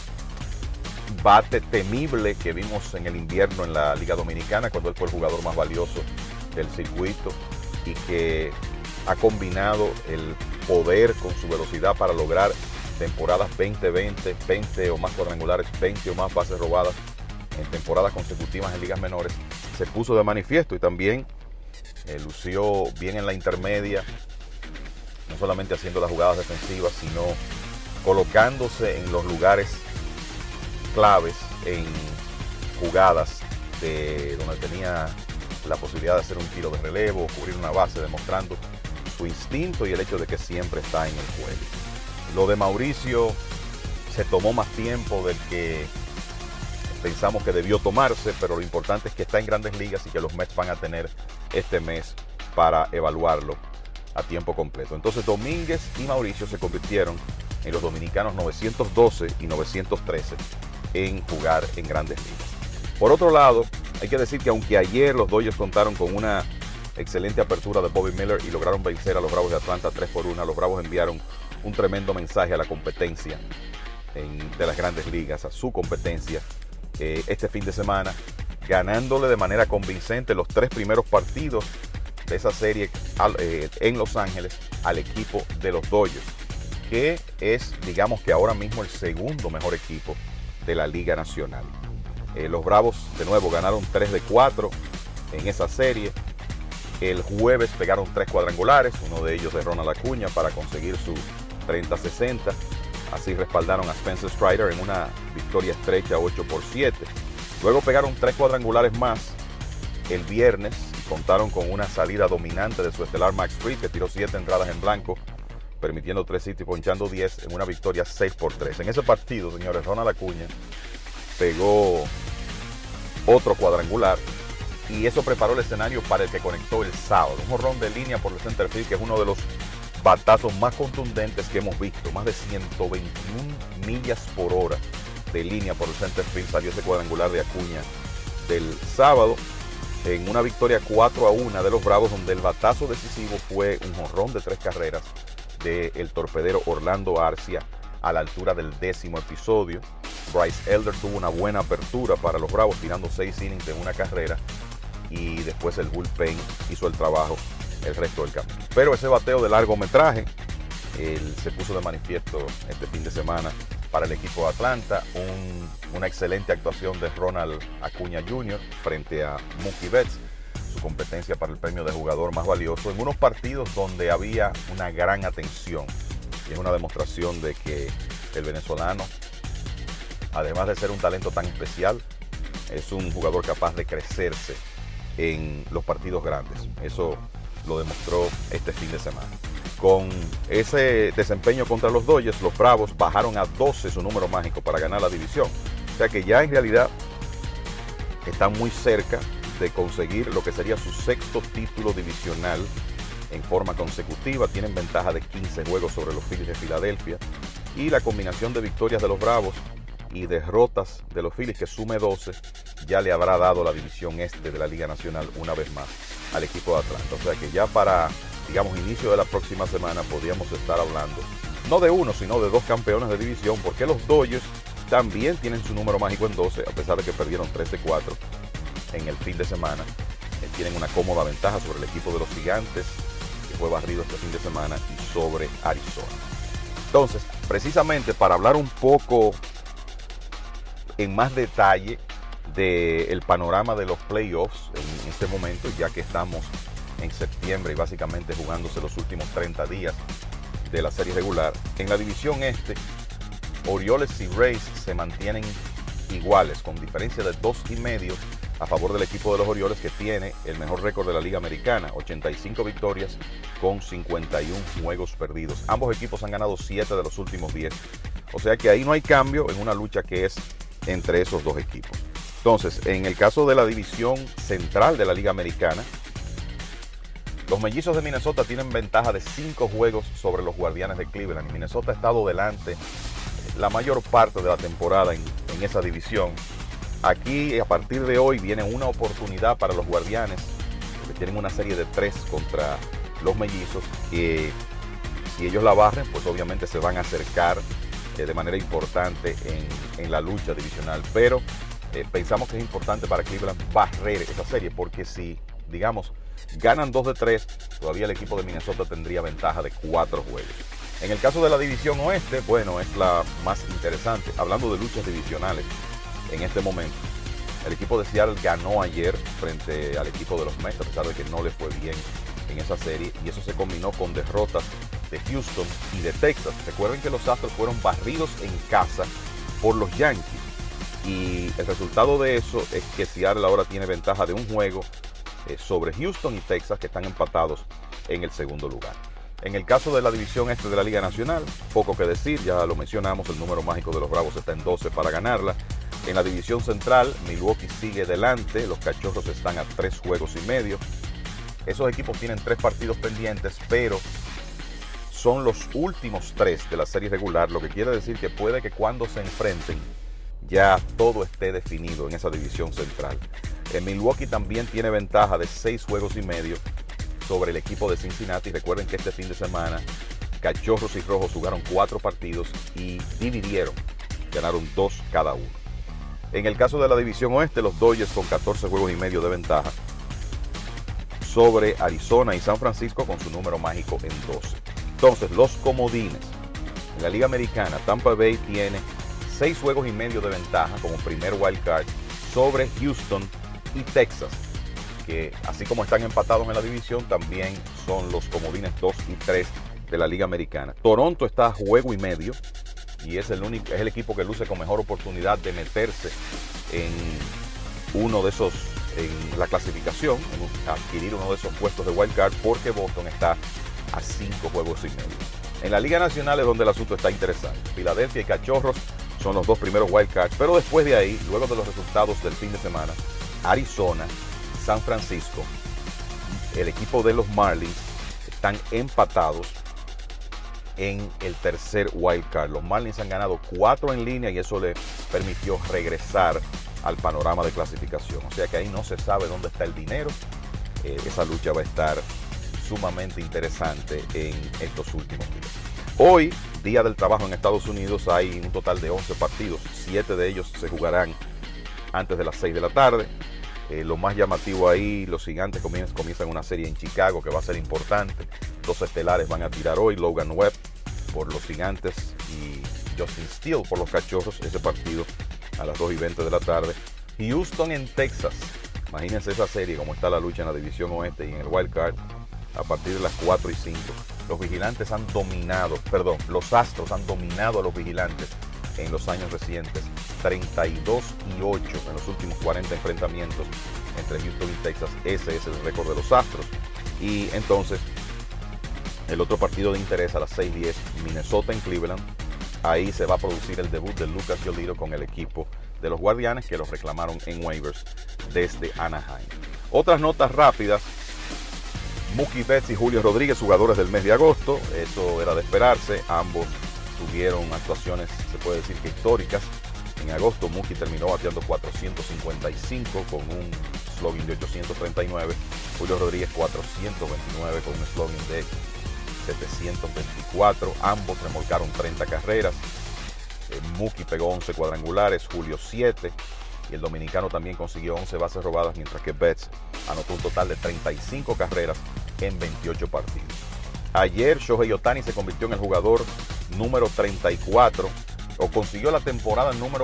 bate temible que vimos en el invierno en la Liga Dominicana, cuando él fue el jugador más valioso del circuito, y que ha combinado el poder con su velocidad para lograr temporadas 20-20, 20 o más cuadrangulares, 20 o más bases robadas en temporadas consecutivas en ligas menores, se puso de manifiesto, y también lució bien en la intermedia, no solamente haciendo las jugadas defensivas, sino colocándose en los lugares claves en jugadas donde tenía la posibilidad de hacer un tiro de relevo, cubrir una base, demostrando su instinto y el hecho de que siempre está en el juego. Lo de Mauricio se tomó más tiempo del que pensamos que debió tomarse, pero lo importante es que está en Grandes Ligas y que los Mets van a tener este mes para evaluarlo a tiempo completo. Entonces Domínguez y Mauricio se convirtieron en los dominicanos 912 y 913 en jugar en Grandes Ligas. Por otro lado, hay que decir que aunque ayer los Dodgers contaron con una excelente apertura de Bobby Miller y lograron vencer a los Bravos de Atlanta 3-1, los Bravos enviaron un tremendo mensaje a la competencia de las Grandes Ligas, a su competencia este fin de semana, ganándole de manera convincente los 3 primeros partidos de esa serie en Los Ángeles al equipo de los Dodgers, que es, digamos que ahora mismo el segundo mejor equipo de la Liga Nacional. Los Bravos de nuevo ganaron 3-4 en esa serie. El jueves pegaron 3 cuadrangulares, uno de ellos de Ronald Acuña para conseguir su 30-60. Así respaldaron a Spencer Strider en una victoria estrecha 8-7. Luego pegaron 3 cuadrangulares más el viernes y contaron con una salida dominante de su estelar Max Fried, que tiró 7 entradas en blanco, permitiendo 3 hits y ponchando 10 en una victoria 6-3. En ese partido, señores, Ronald Acuña pegó otro cuadrangular y eso preparó el escenario para el que conectó el sábado. Un jonrón de línea por el center field, que es uno de los batazos más contundentes que hemos visto. Más de 121 millas por hora de línea por el center field salió ese cuadrangular de Acuña del sábado, en una victoria 4-1 de los Bravos, donde el batazo decisivo fue un jonrón de 3 carreras del torpedero Orlando Arcia a la altura del 10º episodio. Bryce Elder tuvo una buena apertura para los Bravos, tirando 6 innings en una carrera, y después el bullpen hizo el trabajo el resto del camino. Pero ese bateo de largometraje se puso de manifiesto este fin de semana para el equipo de Atlanta. Una excelente actuación de Ronald Acuña Jr. frente a Mookie Betts, su competencia para el premio de jugador más valioso, en unos partidos donde había una gran atención. Y es una demostración de que el venezolano, además de ser un talento tan especial, es un jugador capaz de crecerse en los partidos grandes. Eso lo demostró este fin de semana. Con ese desempeño contra los Dodgers, los Bravos bajaron a 12 su número mágico para ganar la división. O sea que ya en realidad están muy cerca de conseguir lo que sería su 6º título divisional en forma consecutiva. Tienen ventaja de 15 juegos sobre los Phillies de Filadelfia, y la combinación de victorias de los Bravos y derrotas de los Phillies, que sume 12, ya le habrá dado la división este de la Liga Nacional una vez más al equipo de Atlanta. O sea que ya para, digamos, inicio de la próxima semana podríamos estar hablando no de uno, sino de 2 campeones de división, porque los Dodgers también tienen su número mágico en 12, a pesar de que perdieron 13-4 en el fin de semana. Tienen una cómoda ventaja sobre el equipo de los Gigantes, que fue barrido este fin de semana, y sobre Arizona. Entonces, precisamente para hablar un poco en más detalle del panorama de los playoffs en este momento, ya que estamos en septiembre y básicamente jugándose los últimos 30 días de la serie regular, en la división este, Orioles y Rays se mantienen iguales, con diferencia de 2.5 a favor del equipo de los Orioles, que tiene el mejor récord de la Liga Americana, 85 victorias con 51 juegos perdidos. Ambos equipos han ganado 7 de los últimos 10. O sea que ahí no hay cambio en una lucha que es entre esos 2 equipos. Entonces, en el caso de la división central de la Liga Americana, los Mellizos de Minnesota tienen ventaja de 5 juegos sobre los Guardianes de Cleveland, y Minnesota ha estado delante la mayor parte de la temporada en esa división. Aquí, a partir de hoy, viene una oportunidad para los Guardianes, porque tienen una serie de 3 contra los Mellizos, y si ellos la barren, pues obviamente se van a acercar de manera importante en la lucha divisional. Pero pensamos que es importante para Cleveland barrer esa serie, porque si, digamos, ganan 2 de 3, todavía el equipo de Minnesota tendría ventaja de 4 juegos. En el caso de la división oeste, bueno, es la más interesante. Hablando de luchas divisionales, en este momento, el equipo de Seattle ganó ayer frente al equipo de los Mets, a pesar de que no le fue bien en esa serie, y eso se combinó con derrotas de Houston y de Texas. Recuerden que los Astros fueron barridos en casa por los Yankees, Y el resultado de eso es que Seattle ahora tiene ventaja de un juego sobre Houston y Texas, que están empatados en el segundo lugar. En el caso de la división este de la Liga Nacional, poco que decir, ya lo mencionamos, el número mágico de los Bravos está en 12 para ganarla. En la división central, Milwaukee sigue delante, los Cachorros están a 3 juegos y medio. Esos equipos tienen 3 partidos pendientes, pero son los últimos 3 de la serie regular, lo que quiere decir que puede que cuando se enfrenten ya todo esté definido en esa división central. Milwaukee también tiene ventaja de 6 juegos y medio sobre el equipo de Cincinnati. Recuerden que este fin de semana Cachorros y Rojos jugaron 4 partidos y dividieron, ganaron 2 cada uno. En el caso de la división oeste, los Dodgers con 14 juegos y medio de ventaja sobre Arizona y San Francisco con su número mágico en 12. Entonces, los comodines. En la Liga Americana, Tampa Bay tiene 6 juegos y medio de ventaja como primer wild card sobre Houston y Texas, que así como están empatados en la división, también son los comodines 2 y 3 de la Liga Americana. Toronto está a juego y medio y es el equipo que luce con mejor oportunidad de meterse en uno de esos, en la clasificación, en adquirir uno de esos puestos de wild card, porque Boston está a 5 juegos y medio. En la Liga Nacional es donde el asunto está interesante. Filadelfia y Cachorros son los 2 primeros wild cards, pero después de ahí, luego de los resultados del fin de semana, Arizona, San Francisco, el equipo de los Marlins están empatados en el tercer wild card. Los Marlins han ganado 4 en línea y eso le permitió regresar al panorama de clasificación. O sea que ahí no se sabe dónde está el dinero. Esa lucha va a estar sumamente interesante en estos últimos días. Hoy, Día del Trabajo en Estados Unidos, hay un total de 11 partidos. 7 de ellos se jugarán antes de las 6 de la tarde. Lo más llamativo ahí, los Gigantes comienzan una serie en Chicago que va a ser importante. 2 estelares van a tirar hoy, Logan Webb por los Gigantes y Justin Steele por los Cachorros. Ese partido a las 2:20 de la tarde. Houston en Texas. Imagínense esa serie, cómo está la lucha en la división oeste y en el wild card a partir de las 4:05. Los Astros han dominado a los Vigilantes en los años recientes, 32-8 en los últimos 40 enfrentamientos entre Houston y Texas. Ese es el récord de los Astros. Y entonces, el otro partido de interés a las 6:10, Minnesota en Cleveland. Ahí se va a producir el debut de Lucas Giolito con el equipo de los Guardianes, que los reclamaron en waivers desde Anaheim. Otras notas rápidas. Mookie Betts y Julio Rodríguez, jugadores del mes de agosto. Eso era de esperarse. Ambos tuvieron actuaciones, se puede decir que históricas. En agosto, Mookie terminó bateando 455 con un slugging de 839. Julio Rodríguez 429 con un slugging de 724. Ambos remolcaron 30 carreras. Mookie pegó 11 cuadrangulares, Julio 7. Y el dominicano también consiguió 11 bases robadas, mientras que Betts anotó un total de 35 carreras en 28 partidos. Ayer Shohei Ohtani se convirtió en el jugador número 34, o consiguió la temporada número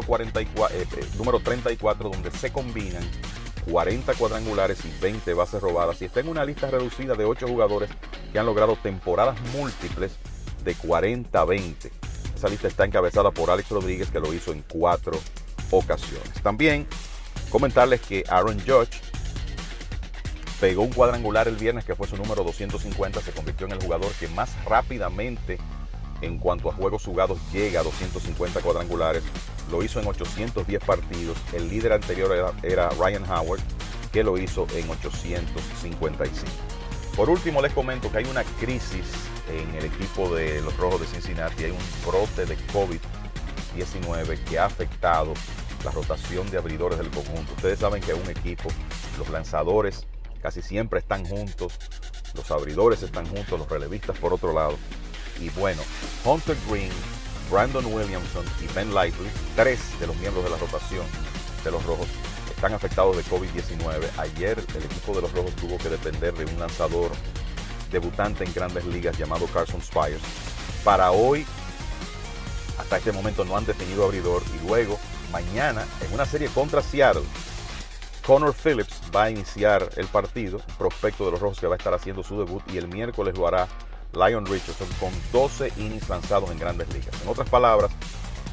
34, donde se combinan 40 cuadrangulares y 20 bases robadas, y está en una lista reducida de 8 jugadores que han logrado temporadas múltiples de 40-20. Esa lista está encabezada por Alex Rodríguez, que lo hizo en 4 ocasiones. También comentarles que Aaron Judge pegó un cuadrangular el viernes, que fue su número 250, se convirtió en el jugador que más rápidamente en cuanto a juegos jugados llega a 250 cuadrangulares. Lo hizo en 810 partidos. El líder anterior era Ryan Howard, que lo hizo en 855. Por último, les comento que hay una crisis en el equipo de los Rojos de Cincinnati. Hay un brote de COVID-19 que ha afectado la rotación de abridores del conjunto. Ustedes saben que un equipo, los lanzadores casi siempre están juntos, los abridores están juntos, los relevistas por otro lado. Y bueno, Hunter Green, Brandon Williamson y Ben Lively, 3 de los miembros de la rotación de los Rojos, están afectados de COVID-19. Ayer el equipo de los Rojos tuvo que depender de un lanzador debutante en Grandes Ligas llamado Carson Spires. Para hoy, hasta este momento no han definido abridor, y luego mañana en una serie contra Seattle, Connor Phillips va a iniciar el partido, un prospecto de los Rojos que va a estar haciendo su debut, y el miércoles lo hará Lyon Richardson con 12 innings lanzados en Grandes Ligas. En otras palabras,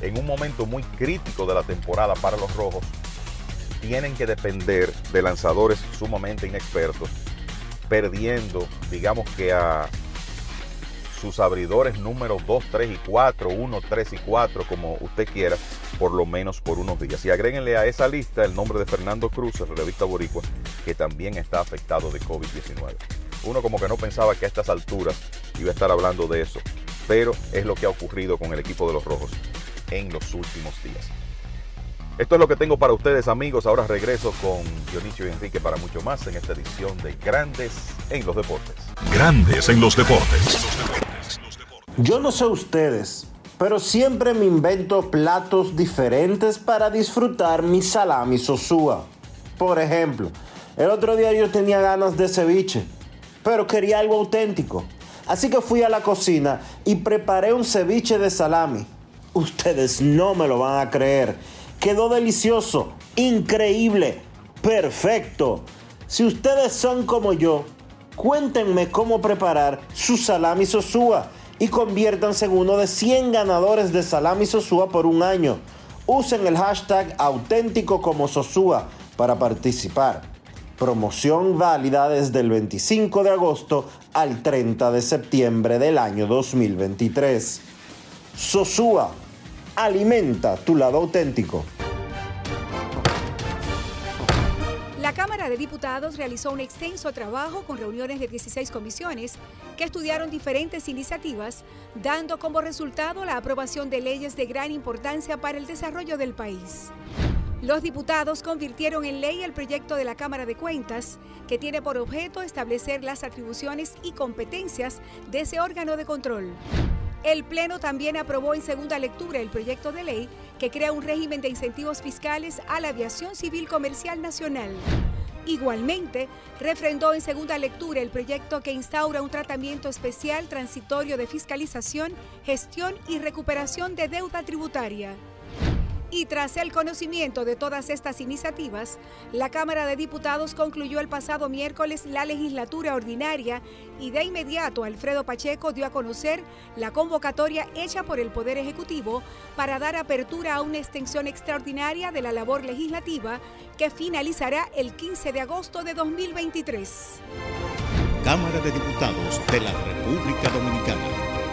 en un momento muy crítico de la temporada para los rojos, tienen que depender de lanzadores sumamente inexpertos, perdiendo, digamos que a sus abridores número 2, 3 y 4, 1, 3 y 4, como usted quiera, por lo menos por unos días. Y agréguenle a esa lista el nombre de Fernando Cruz, el relevista boricua, que también está afectado de COVID-19. Uno como que no pensaba que a estas alturas iba a estar hablando de eso, pero es lo que ha ocurrido con el equipo de los rojos en los últimos días. Esto es lo que tengo para ustedes, amigos. Ahora regreso con Dionisio y Enrique para mucho más en esta edición de Grandes en los Deportes. Grandes en los Deportes. Yo no sé ustedes, pero siempre me invento platos diferentes para disfrutar mi salami sosúa. Por ejemplo, el otro día yo tenía ganas de ceviche, pero quería algo auténtico. Así que fui a la cocina y preparé un ceviche de salami. Ustedes no me lo van a creer. Quedó delicioso, increíble, perfecto. Si ustedes son como yo, cuéntenme cómo preparar su salami sosúa y conviértanse en uno de 100 ganadores de salami sosúa por un año. Usen el hashtag auténtico como Sosúa para participar. Promoción válida desde el 25 de agosto al 30 de septiembre del año 2023. Sosúa, alimenta tu lado auténtico. La Cámara de Diputados realizó un extenso trabajo con reuniones de 16 comisiones que estudiaron diferentes iniciativas, dando como resultado la aprobación de leyes de gran importancia para el desarrollo del país. Los diputados convirtieron en ley el proyecto de la Cámara de Cuentas, que tiene por objeto establecer las atribuciones y competencias de ese órgano de control. El Pleno también aprobó en segunda lectura el proyecto de ley que crea un régimen de incentivos fiscales a la aviación civil comercial nacional. Igualmente, refrendó en segunda lectura el proyecto que instaura un tratamiento especial transitorio de fiscalización, gestión y recuperación de deuda tributaria. Y tras el conocimiento de todas estas iniciativas, la Cámara de Diputados concluyó el pasado miércoles la legislatura ordinaria y de inmediato Alfredo Pacheco dio a conocer la convocatoria hecha por el Poder Ejecutivo para dar apertura a una extensión extraordinaria de la labor legislativa que finalizará el 15 de agosto de 2023. Cámara de Diputados de la República Dominicana.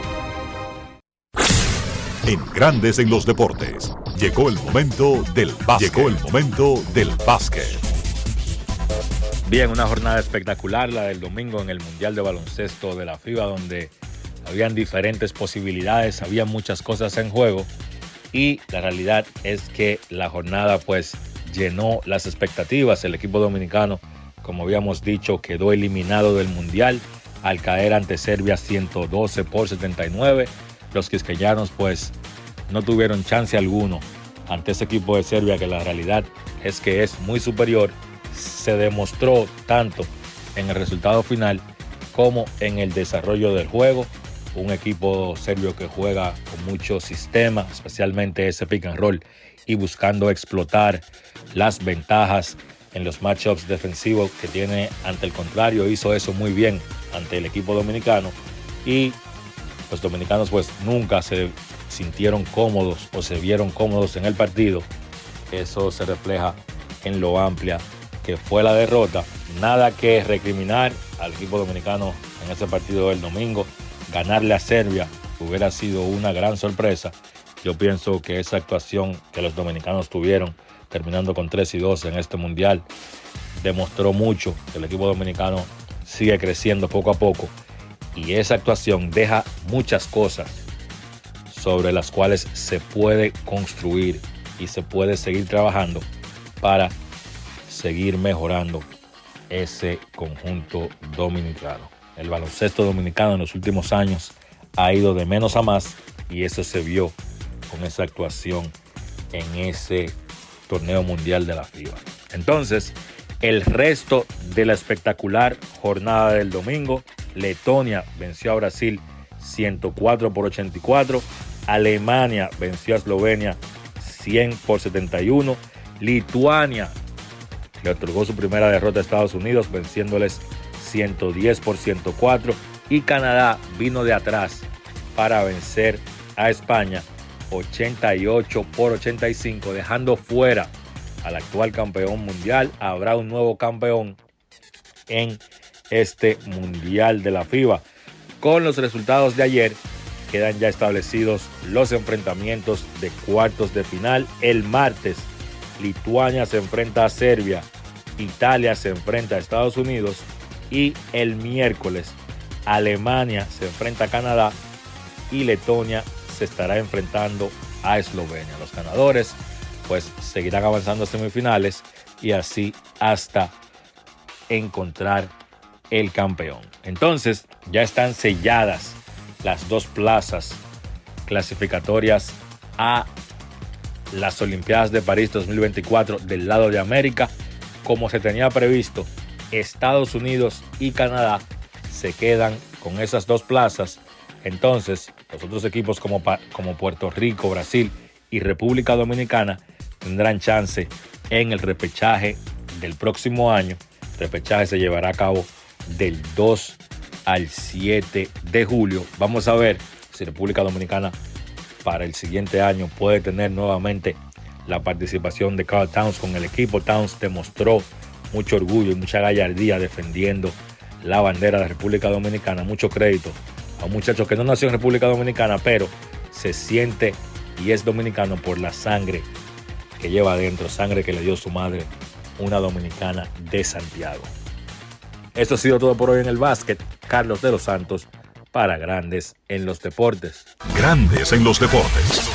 En Grandes en los Deportes, llegó el momento del básquet. Bien, una jornada espectacular, la del domingo en el Mundial de Baloncesto de la FIBA, donde habían diferentes posibilidades, había muchas cosas en juego y la realidad es que la jornada pues llenó las expectativas. El equipo dominicano, como habíamos dicho, quedó eliminado del Mundial al caer ante Serbia 112-79. Los quisqueyanos pues no tuvieron chance alguno ante ese equipo de Serbia, que la realidad es que es muy superior. Se demostró tanto en el resultado final como en el desarrollo del juego. Un equipo serbio que juega con mucho sistema, especialmente ese pick and roll, y buscando explotar las ventajas en los matchups defensivos que tiene ante el contrario. Hizo eso muy bien ante el equipo dominicano y los dominicanos pues nunca se sintieron cómodos o se vieron cómodos en el partido. Eso se refleja en lo amplia que fue la derrota. Nada que recriminar al equipo dominicano en ese partido del domingo. Ganarle a Serbia hubiera sido una gran sorpresa. Yo pienso que esa actuación que los dominicanos tuvieron, terminando con 3-2 en este mundial, demostró mucho que el equipo dominicano sigue creciendo poco a poco. Y esa actuación deja muchas cosas sobre las cuales se puede construir y se puede seguir trabajando para seguir mejorando ese conjunto dominicano. El baloncesto dominicano en los últimos años ha ido de menos a más y eso se vio con esa actuación en ese torneo mundial de la FIBA. Entonces, el resto de la espectacular jornada del domingo: Letonia venció a Brasil 104-84. Alemania venció a Eslovenia 100-71. Lituania le otorgó su primera derrota a Estados Unidos, venciéndoles 110-104. Y Canadá vino de atrás para vencer a España 88-85, dejando fuera al actual campeón mundial. Habrá un nuevo campeón en este mundial de la FIBA. Con los resultados de ayer, quedan ya establecidos los enfrentamientos de cuartos de final. El martes, Lituania se enfrenta a Serbia, Italia se enfrenta a Estados Unidos y el miércoles, Alemania se enfrenta a Canadá y Letonia se estará enfrentando a Eslovenia. Los ganadores pues seguirán avanzando a semifinales y así hasta encontrar el campeón. Entonces ya están selladas las dos plazas clasificatorias a las Olimpiadas de París 2024 del lado de América. Como se tenía previsto, Estados Unidos y Canadá se quedan con esas dos plazas. Entonces los otros equipos como Puerto Rico, Brasil y República Dominicana tendrán chance en el repechaje del próximo año. El repechaje se llevará a cabo del 2 al 7 de julio. Vamos a ver si República Dominicana para el siguiente año puede tener nuevamente la participación de Karl Towns con el equipo. Towns demostró mucho orgullo y mucha gallardía defendiendo la bandera de la República Dominicana. Mucho crédito a un muchacho que no nació en República Dominicana, pero se siente y es dominicano por la sangre que lleva adentro, sangre que le dio su madre, una dominicana de Santiago. Esto ha sido todo por hoy en el básquet. Carlos de los Santos para Grandes en los Deportes. Grandes en los Deportes.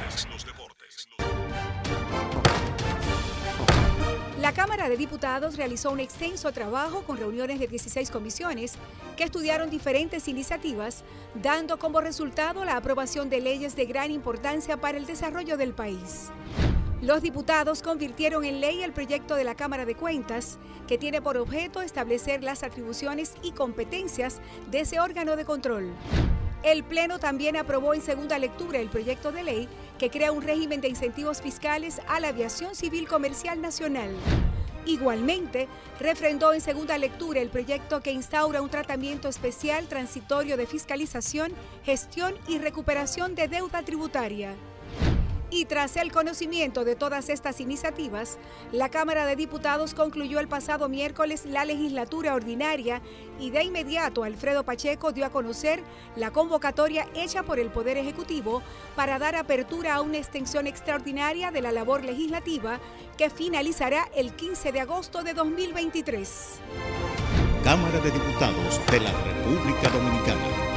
La Cámara de Diputados realizó un extenso trabajo con reuniones de 16 comisiones que estudiaron diferentes iniciativas, dando como resultado la aprobación de leyes de gran importancia para el desarrollo del país. Los diputados convirtieron en ley el proyecto de la Cámara de Cuentas, que tiene por objeto establecer las atribuciones y competencias de ese órgano de control. El Pleno también aprobó en segunda lectura el proyecto de ley que crea un régimen de incentivos fiscales a la aviación civil comercial nacional. Igualmente, refrendó en segunda lectura el proyecto que instaura un tratamiento especial transitorio de fiscalización, gestión y recuperación de deuda tributaria. Y tras el conocimiento de todas estas iniciativas, la Cámara de Diputados concluyó el pasado miércoles la legislatura ordinaria y de inmediato Alfredo Pacheco dio a conocer la convocatoria hecha por el Poder Ejecutivo para dar apertura a una extensión extraordinaria de la labor legislativa que finalizará el 15 de agosto de 2023. Cámara de Diputados de la República Dominicana.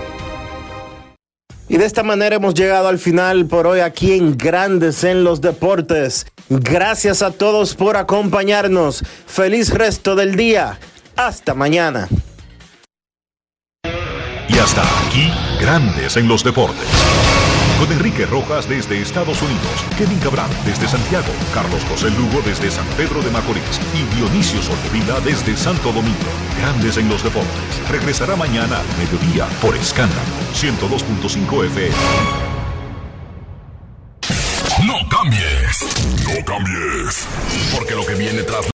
Y de esta manera hemos llegado al final por hoy aquí en Grandes en los Deportes. Gracias a todos por acompañarnos. Feliz resto del día. Hasta mañana. Y hasta aquí, Grandes en los Deportes. Con Enrique Rojas desde Estados Unidos, Kevin Cabral desde Santiago, Carlos José Lugo desde San Pedro de Macorís y Dionisio Solterida desde Santo Domingo. Grandes en los Deportes. Regresará mañana al mediodía por Escándalo 102.5 FM. No cambies, no cambies, porque lo que viene tras